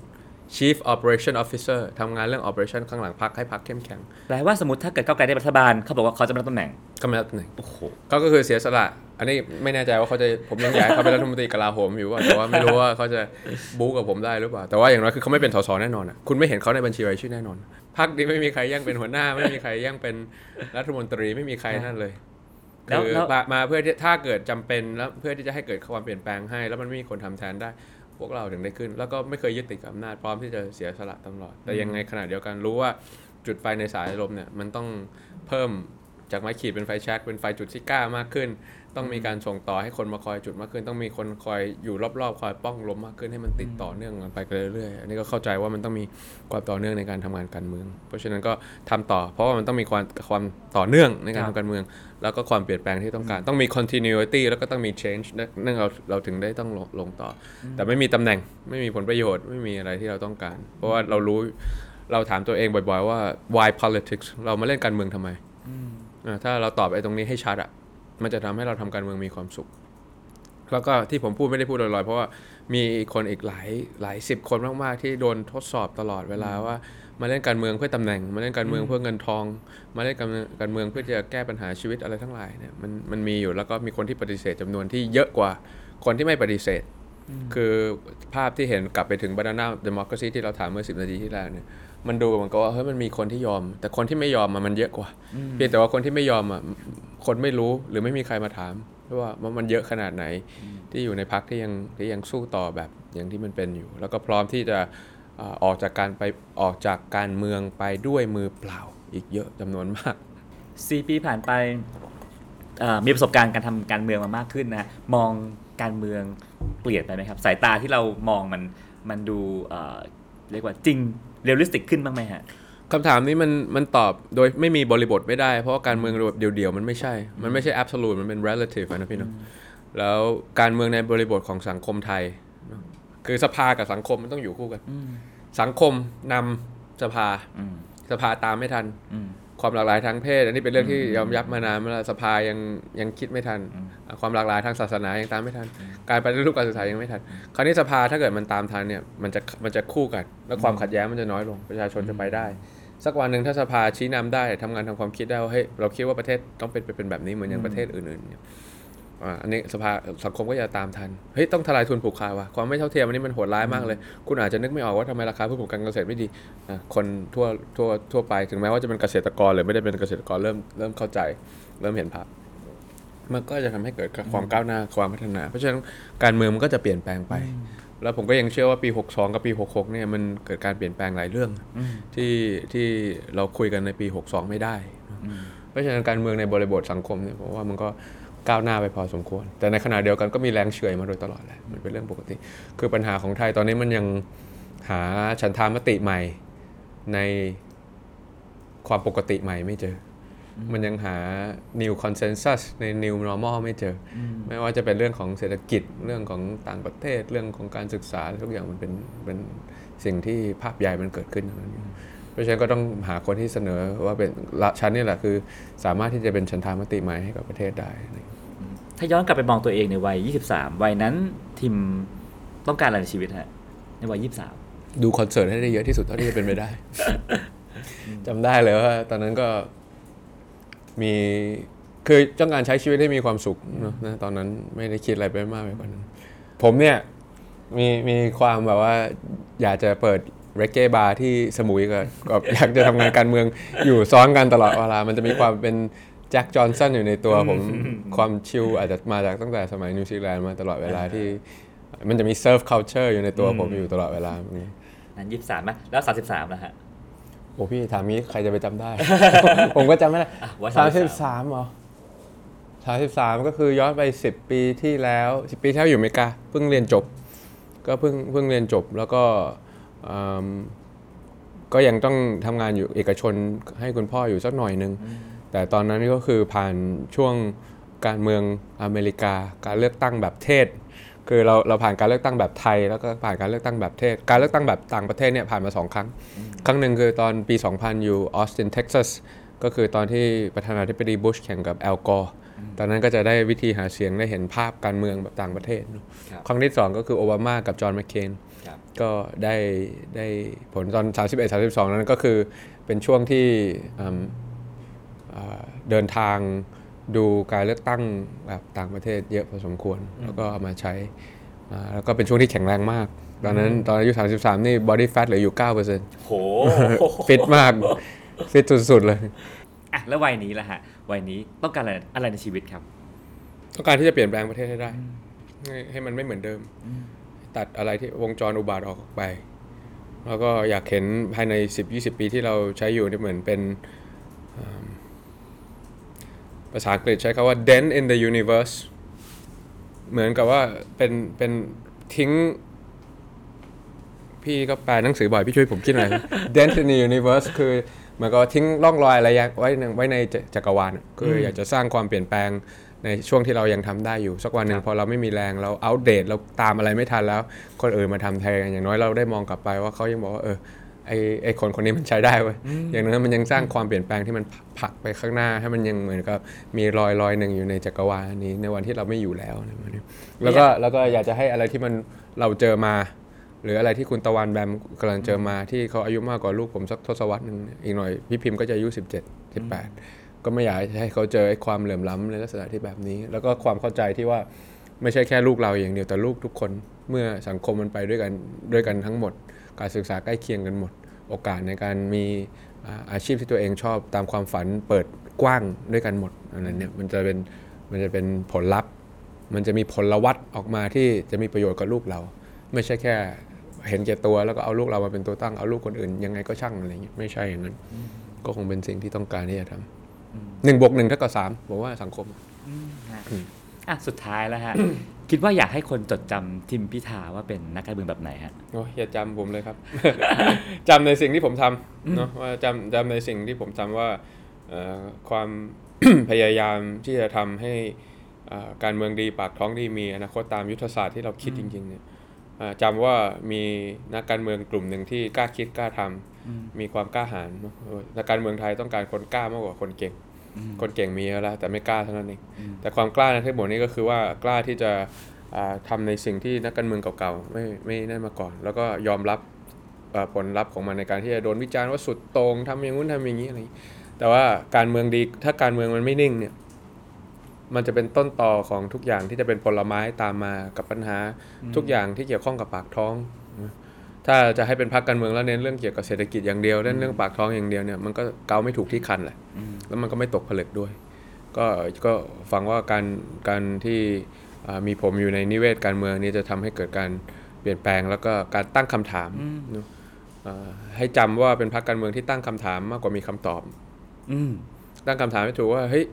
Chief Operation Officer ทำงานเรื่อง Operation ข้างหลังพรรคให้พรรคเข้มแข็งแปลว่าสมมติถ้าเกิดก้าวไกลได้รัฐบาลเขาบอกว่าเขาจะไม่รับตำแหน่งก็ไม่รับตำแหน่งโอ้โหก็คือเสียสละอันนี้ไม่แน่ใจว่าเขาจะผมยังอยากให้เขาเป็นรัฐมนตรีกลาโหมอยู่ว่าแต่ว่าไม่รู้ว่าเขาจะบู๊กับผมได้หรือเปล่าแต่ว่าอย่างน้อยคือเขาไม่เป็นสสแน่นอนอะคุณไม่เห็นเขาในบัญชีรายชื่อแน่นอนพรรคนี้ไม่มีใครแย่งเป็นหัวหน้าไม่มีใครแย่งเป็นรัฐมนตรีไม่มีใครนั่นเลยแล้วคือมาเพื่อที่ถ้าเกิดจำเป็นแล้วเพื่อที่จะให้เกิดความเปลี่ยนแปลงให้แล้วมันไม่มีคนทำแทนได้พวกเราถึงได้ขึ้นแล้วก็ไม่เคยยึดติดกับอำนาจพร้อมที่จะเสียสละตลอดแต่ยังไงขณะเดียวกันรู้ว่าจุดไฟในสายลมเนี่ยมันต้องเพิ่มจากไม้ขีดเป็นไฟแช็กเป็นไฟจุดที่กล้ามากขึ้นต้องมีการส่งต่อให้คนมาคอยจุดมากขึ้นต้องมีคนคอยอยู่รอบๆคอยป้องลมมากขึ้นให้มันติดต่อเนื่องกันไปเรื่อยๆอันนี้ก็เข้าใจว่ามันต้องมีความต่อเนื่องในการทำงานการเมืองเพราะฉะนั้นก็ทำต่อเพราะว่ามันต้องมีความต่อเนื่องในการทำการเมืองแล้วก็ความเปลี่ยนแปลงที่ต้องการต้องมี continuity แล้วก็ต้องมี change นั่นเราถึงได้ต้องลงต่อแต่ไม่มีตำแหน่งไม่มีผลประโยชน์ไม่มีอะไรที่เราต้องการเพราะว่าเราถามตัวเองบ่อยๆว่า why politics เรามาเล่นการเมืองทำไมถ้าเราตอบไอ้ตรงนี้ให้ชัดอ่ะมันจะทำให้เราทำการเมืองมีความสุขแล้วก็ที่ผมพูดไม่ได้พูดลอยๆเพราะว่ามีคนอีกหลายสิบคนมากๆที่โดนทดสอบตลอดเวลาว่ามาเล่นการเมืองเพื่อตำแหน่งมาเล่นการเมืองเพื่อเงินทองมาเล่นการเมืองเพื่อจะแก้ปัญหาชีวิตอะไรทั้งหลายเนี่ยมันมีอยู่แล้วก็มีคนที่ปฏิเสธจำนวนที่เยอะกว่าคนที่ไม่ปฏิเสธคือภาพที่เห็นกลับไปถึง Banana Democracy ที่เราถามเมื่อ10 นาทีที่แล้วเนี่ยมันดูเหมือนกับว่าเฮ้ยมันมีคนที่ยอมแต่คนที่ไม่ยอมมันเยอะกว่าเพียงแต่ว่าคนที่ไม่ยอมคนไม่รู้หรือไม่มีใครมาถามว่ามันเยอะขนาดไหนที่อยู่ในพรรคที่ยังสู้ต่อแบบอย่างที่มันเป็นอยู่แล้วก็พร้อมที่จะออกจากการเมืองไปด้วยมือเปล่าอีกเยอะจำนวนมาก 4 ปีผ่านไปมีประสบการณ์การทำการเมืองมามากขึ้นนะมองการเมืองเปลี่ยนไปไหมครับสายตาที่เรามองมันดูเรียกว่าจริงเรียลลิสติกขึ้นบ้างไหมฮะคำถามนี้มันตอบโดยไม่มีบริบทไม่ได้เพราะว่าการเมืองแบบเดี่ยวๆมันไม่ใช่ absolute มันเป็น relative นะพี่เนาะแล้วการเมืองในบริบทของสังคมไทยคือสภากับสังคมมันต้องอยู่คู่กันสังคมนำสภาตามไม่ทันความหลากหลายทางเพศอันนี้เป็นเรื่องที่ยอมรับมานานแล้วสภายังคิดไม่ทันความหลากหลายทางศาสนายังตามไม่ทันการปฏิรูปการศึกษายังไม่ทันคราวนี้สภาถ้าเกิดมันตามทันเนี่ยมันจะคู่กันแล้วความขัดแย้งมันจะน้อยลงประชาชนจะไปได้สักวันหนึ่งถ้าสภาชี้นำได้ทำงานทำความคิดได้ว่าเฮ้ยเราคิดว่าประเทศต้องเป็นแบบนี้เหมือนอย่างประเทศอื่นๆเนี่ยอันนี้สภาสังคมก็จะตามทันเฮ้ยต้องทลายทุนผูกขาดว่ะความไม่เท่าเทียมอันนี้มันโหดร้ายมากเลยคุณอาจจะนึกไม่ออกว่าทำไมราคาพืชผลการเกษตรไม่ดีคนทั่วไปถึงแม้ว่าจะเป็นเกษตรกรหรือไม่ได้เป็นเกษตรกรเริ่มเข้าใจเริ่มเห็นภาพมันก็จะทำให้เกิดความก้าวหน้าความพัฒนาเพราะฉะนั้นการเมืองมันก็จะเปลี่ยนแปลงไปแล้วผมก็ยังเชื่อว่าปี62กับปี66เนี่ยมันเกิดการเปลี่ยนแปลงหลายเรื่องที่เราคุยกันในปี62ไม่ได้เพราะฉะนั้นการเมืองในบริบทสังคมเนี่ยผมว่ามันก็ก้าวหน้าไปพอสมควรแต่ในขณะเดียวกันก็มีแรงเฉื่อยมาโดยตลอดแหละมันเป็นเรื่องปกติคือปัญหาของไทยตอนนี้มันยังหาฉันทามติใหม่ในความปกติใหม่ไม่เจอมันยังหา new consensus ใน new normal ไม่เจอไม่ว่าจะเป็นเรื่องของเศรษฐกิจเรื่องของต่างประเทศเรื่องของการศึกษาทุกอย่างมันเป็นสิ่งที่ภาพใหญ่มันเกิดขึ้นอย่างนั้นอยู่เพราะฉะนั้นก็ต้องหาคนที่เสนอว่าเป็นชั้นนี่แหละคือสามารถที่จะเป็นฉันทามติใหม่ให้กับประเทศได้ถ้าย้อนกลับไปมองตัวเองในวัย23วัยนั้นทิมต้องการอะไรในชีวิตฮะในวัย23 ดูคอนเสิร์ตให้ได้เยอะที่สุดเท่าที่จะเป็นไปได้ จำได้เลยว่าตอนนั้นก็มีคือต้องการใช้ชีวิตให้มีความสุขนะตอนนั้นไม่ได้คิดอะไรไปมากไปกว่านั้นผมเนี่ยมีความแบบว่าอยากจะเปิดเรเก้บาร์ที่สมุยกับอยากจะทำงานการเมืองอยู่ซ้อนกันตลอดเวลามันจะมีความเป็นแจ็คจอห์นสันอยู่ในตัวผมความชิลอาจจะมาจากตั้งแต่สมัยนิวซีแลนด์มาตลอดเวลาที่มันจะมีเซิร์ฟคัลเจอร์อยู่ในตัวผมอยู่ตลอดเวลานั้น23ไหมแล้ว33แล้วฮะโอ้พี่ถามนี้ใครจะไปจำได้ ผมก็จำไม่ได้33เหรอ33ก็คือย้อนไป10 ปีที่แล้ว10 ปีที่แล้วอยู่อเมริกาเพิ่งเรียนจบก็เพิ่งเรียนจบแล้วก็ยังต้องทำงานอยู่เอกชนให้คุณพ่ออยู่สักหน่อยนึงแต่ตอนนั้นก็คือผ่านช่วงการเมืองอเมริกาการเลือกตั้งแบบเทศคือเราผ่านการเลือกตั้งแบบไทยแล้วก็ผ่านการเลือกตั้งแบบเทศการเลือกตั้งแบบต่างประเทศเนี่ยผ่านมา2 ครั้งครั้งหนึ่งคือตอนปี 2000 อยู่ออสตินเท็กซัสก็คือตอนที่ประธานาธิบดีบุชแข่งกับแอลกอร์ตอนนั้นก็จะได้วิธีหาเสียงได้เห็นภาพการเมืองแบบต่างประเทศเนอะครับครั้งที่ 2 ก็คือโอบามากับจอห์นแมคเคนครับก็ได้ผลตอน 31-32 นั้นก็คือเป็นช่วงที่เดินทางดูการเลือกตั้งแบบต่างประเทศเยอะพอสมควร แล้วก็เอามาใช้แล้วก็เป็นช่วงที่แข็งแรงมาก ตอนนั้นตอนอายุ 33 นี่ body fat เหลืออยู่ 9% โหฟิตมาก ฟิตสุดๆเลยอ่ะแล้ววัยนี้ล่ะฮะวัยนี้ต้องการอะไรในชีวิตครับต้องการที่จะเปลี่ยนแปลงประเทศให้ได้ ให้มันไม่เหมือนเดิม ตัดอะไรที่วงจรอุบาทออกไป แล้วก็อยากเห็นภายใน 10-20 ปีที่เราใช้อยู่เนี่ยเหมือนเป็นภาษาอังกฤษใช้คำว่า dent in the universe เหมือนกับว่าเป็นทิ้ง พี่ก็แปลหนังสือบ่อยพี่ช่วยผมคิดหน่อย dent in the universe คือเหมือนกับทิ้งร่องรอยอะไรไว้ในจักรวาลคืออยากจะสร้างความเปลี่ยนแปลงในช่วงที่เรายังทำได้อยู่สักวันหนึ่งพอเราไม่มีแรงเราอัปเดตเราตามอะไรไม่ทันแล้วคนอื่นมาทำแทนอย่างน้อยเราได้มองกลับไปว่าเขายังบอกว่าไอ้คนนี้มันใช้ได้เว้ยอย่างนั้นมันยังสร้างความเปลี่ยนแปลงที่มันผลักไปข้างหน้าให้มันยังเหมือนกับมีรอยหนึ่งอยู่ในจักรวาลนี้ในวันที่เราไม่อยู่แล้วอะไรแบบนี้แล้วก็อยากจะให้อะไรที่มันเราเจอมาหรืออะไรที่คุณตะวันแบมกำลังเจอมาที่เขาอายุมากกว่าลูกผมสักทศวรรษนึงอีกหน่อยพี่พิมพ์ก็จะอายุ17-18ก็ไม่อยากให้เขาเจอไอ้ความเหลื่อมล้ำในลักษณะที่แบบนี้แล้วก็ความเข้าใจที่ว่าไม่ใช่แค่ลูกเราอย่างเดียวแต่ลูกทุกคนเมื่อสังคมมันไปด้วยกันทั้งหมดการศึกษาใกล้เคียงกันหมดโอกาสในการมีอาชีพที่ตัวเองชอบตามความฝันเปิดกว้างด้วยกันหมดอะไรเนี่ยมันจะเป็นผลลัพธ์มันจะมีผลวัตออกมาที่จะมีประโยชน์กับลูกเราไม่ใช่แค่เห็นแก่ตัวแล้วก็เอาลูกเรามาเป็นตัวตั้งเอาลูกคนอื่นยังไงก็ช่างอะไรอย่างเงี้ยไม่ใช่อย่างนั้นก็คงเป็นสิ่งที่ต้องการที่จะทำ1+1 เท่ากับ3ผมว่าสังคมอ่ะสุดท้ายแล้วฮะ คิดว่าอยากให้คนจดจำทิมพิธาว่าเป็นนักการเมืองแบบไหนฮะโอ้ยอย่าจำผมเลยครับ จำในสิ่งที่ผมทำเนาะว่าจำในสิ่งที่ผมทำว่าความ พยายามที่จะทำให้การเมืองดีปากท้องดีมีอนาคตตามยุทธศาสตร์ที่เราคิดจริงๆเนี่ยจำว่ามีนักการเมืองกลุ่มหนึ่งที่กล้าคิดกล้าทำมีความกล้าหาญนักการเมืองไทยต้องการคนกล้ามากกว่าคนเก่งคนเก่งมีแล้วแต่ไม่กล้าเท่านั้นเองแต่ความกล้าในทั้งหมดนี้ก็คือว่ากล้าที่จะทำในสิ่งที่นักการเมืองเก่าๆไม่ได้มาก่อนแล้วก็ยอมรับผลลัพธ์ของมันในการที่จะโดนวิจารณ์ว่าสุดโต่งทำอย่างนู้นทำอย่างนี้อะไรแต่ว่าการเมืองดีถ้าการเมืองมันไม่นิ่งเนี่ยมันจะเป็นต้นตอของทุกอย่างที่จะเป็นผลไม้ตามมากับปัญหาทุกอย่างที่เกี่ยวข้องกับปากท้องถ้าจะให้เป็นพรรคการเมืองแล้วเน้นเรื่องเกี่ยวกับเศรษฐกิจอย่างเดียวเรื่องปากท้องอย่างเดียวเนี่ยมันก็เกาไม่ถูกที่คันแหละแล้วมันก็ไม่ตกผลึกด้วยก็ฟังว่าการที่มีผมอยู่ในนิเวศการเมืองนี้จะทำให้เกิดการเปลี่ยนแปลงแล้วก็การตั้งคำถามให้จำว่าเป็นพรรคการเมืองที่ตั้งคำถามมากกว่ามีคำตอบตั้งคำถามให้ถูกว่าเฮ้ย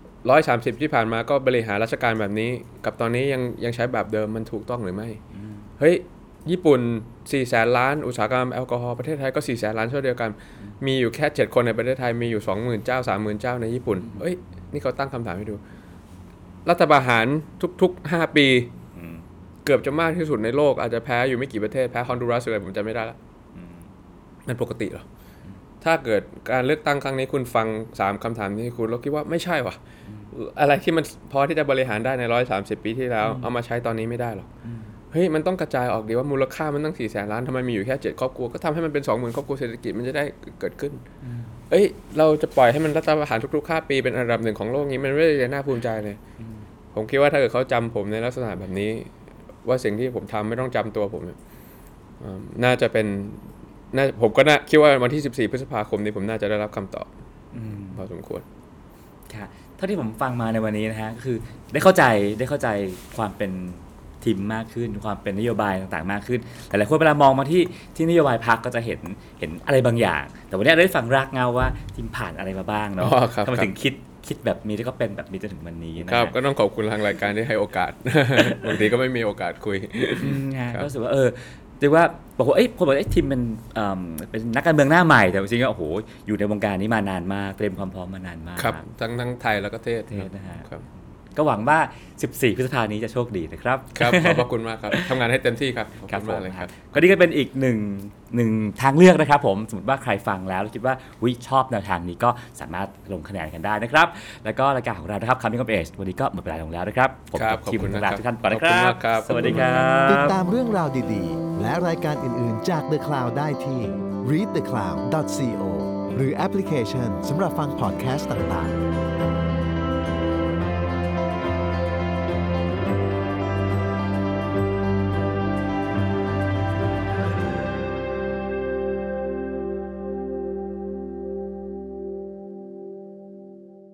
130ที่ผ่านมาก็บริหารราชการแบบนี้กับตอนนี้ยังใช้แบบเดิมมันถูกต้องหรือไม่เฮ้ยญี่ปุ่น400,000 ล้านอุตสาหกรรมแอลกอฮอล์ประเทศไทยก็400,000 ล้านเช่นเดียวกันมีอยู่แค่7คนในประเทศไทยมีอยู่ 20,000 เจ้า 30,000 เจ้าในญี่ปุ่นเฮ้ยนี่เขาตั้งคำถามให้ดูรัฐประหารทุกๆ5 ปีเกือบจะมากที่สุดในโลกอาจจะแพ้อยู่ไม่กี่ประเทศแพ้ฮอนดูรัสอะไรผมจำไม่ได้ละมันปกติเหรอถ้าเกิดการเลือกตั้งครั้งนี้คุณฟัง3คำถามนี้คุณแล้วคิดว่าไม่ใช่ว่ะอะไรที่มันพอที่จะบริหารได้ใน130 ปีที่แล้วเอามาใช้ตอนนี้ไม่ได้หรอกเฮ้ยมันต้องกระจายออกดีว่ามูลค่ามันตั้ง400,000 ล้านทำไมมีอยู่แค่7ครอบครัวก็ทำให้มันเป็น 20,000 ครอบครัวเศรษฐกิจมันจะได้เกิดขึ้นเอ้ยเราจะปล่อยให้มันรัฐประหารทุกๆ5 ปีเป็นอันดับ 1ของโลกนี้มันไม่ได้น่าภูมิใจเลยผมคิดว่าถ้าเกิดเขาจำผมในลักษณะแบบนี้ว่าสิ่งที่ผมทำไม่ต้องจำตัวผมน่าจะเป็นผมก็คิดว่าวันที่14 พฤษภาคมนี้ผมน่าจะได้รับคำตอบพอสมควรค่ะเท่าที่ผมฟังมาในวันนี้นะฮะคือได้เข้าใจความเป็นทีมมากขึ้นความเป็นนโยบายต่างๆมากขึ้นแต่หลายคนเวลามองมาที่นโยบายพรรคก็จะเห็นอะไรบางอย่างแต่วันนี้ได้ฟังรากเหง้าว่าทีมผ่านอะไรมาบ้างเนาะทำไมถึงคิดแบบนี้แล้วก็เป็นแบบนี้จนถึงวันนี้นะครับก็ต้องขอบคุณทางรายการที่ให้โอกาส บางทีก็ไม่มีโอกาสคุยก็รู้สึกว่าเรียกว่าบอกว่าคนบอกทีมเป็นนักการเมืองหน้าใหม่แต่จริงๆโอ้โหอยู่ในวงการนี้มานานมากเตรียมความพร้อมมานานมากครับทั้งไทยแล้วก็เทศนะฮะก็หวังว่า 14 พฤษภาคมนี้จะโชคดีนะครับครับ ขอบพระคุณมากครับทำงานให้เต็มที่ครับขอบคุณมากเลยครับก็นี่ก็เป็นอีกหนึ่งทางเลือกนะครับผมสมมติว่าใครฟังแล้วคิดว่าชอบแนวทางนี้ก็สามารถลงคะแนนกันได้นะครับแล้วก็รายการของเรานะครับ Coming of Age วันนี้ก็หมดเวลาลงแล้วนะครับผมครับกับทีมขอบคุณงานนะครับทุกท่านก่อนนะขอบคคุณรัมากครับ บสวัสดีครับติดตามเรื่องราวดีๆ และรายการอื่นๆจาก The Cloud ได้ที่ readthecloud.co หรือแอปพลิเคชันสำหรับฟังพอดแคสต์ต่างๆ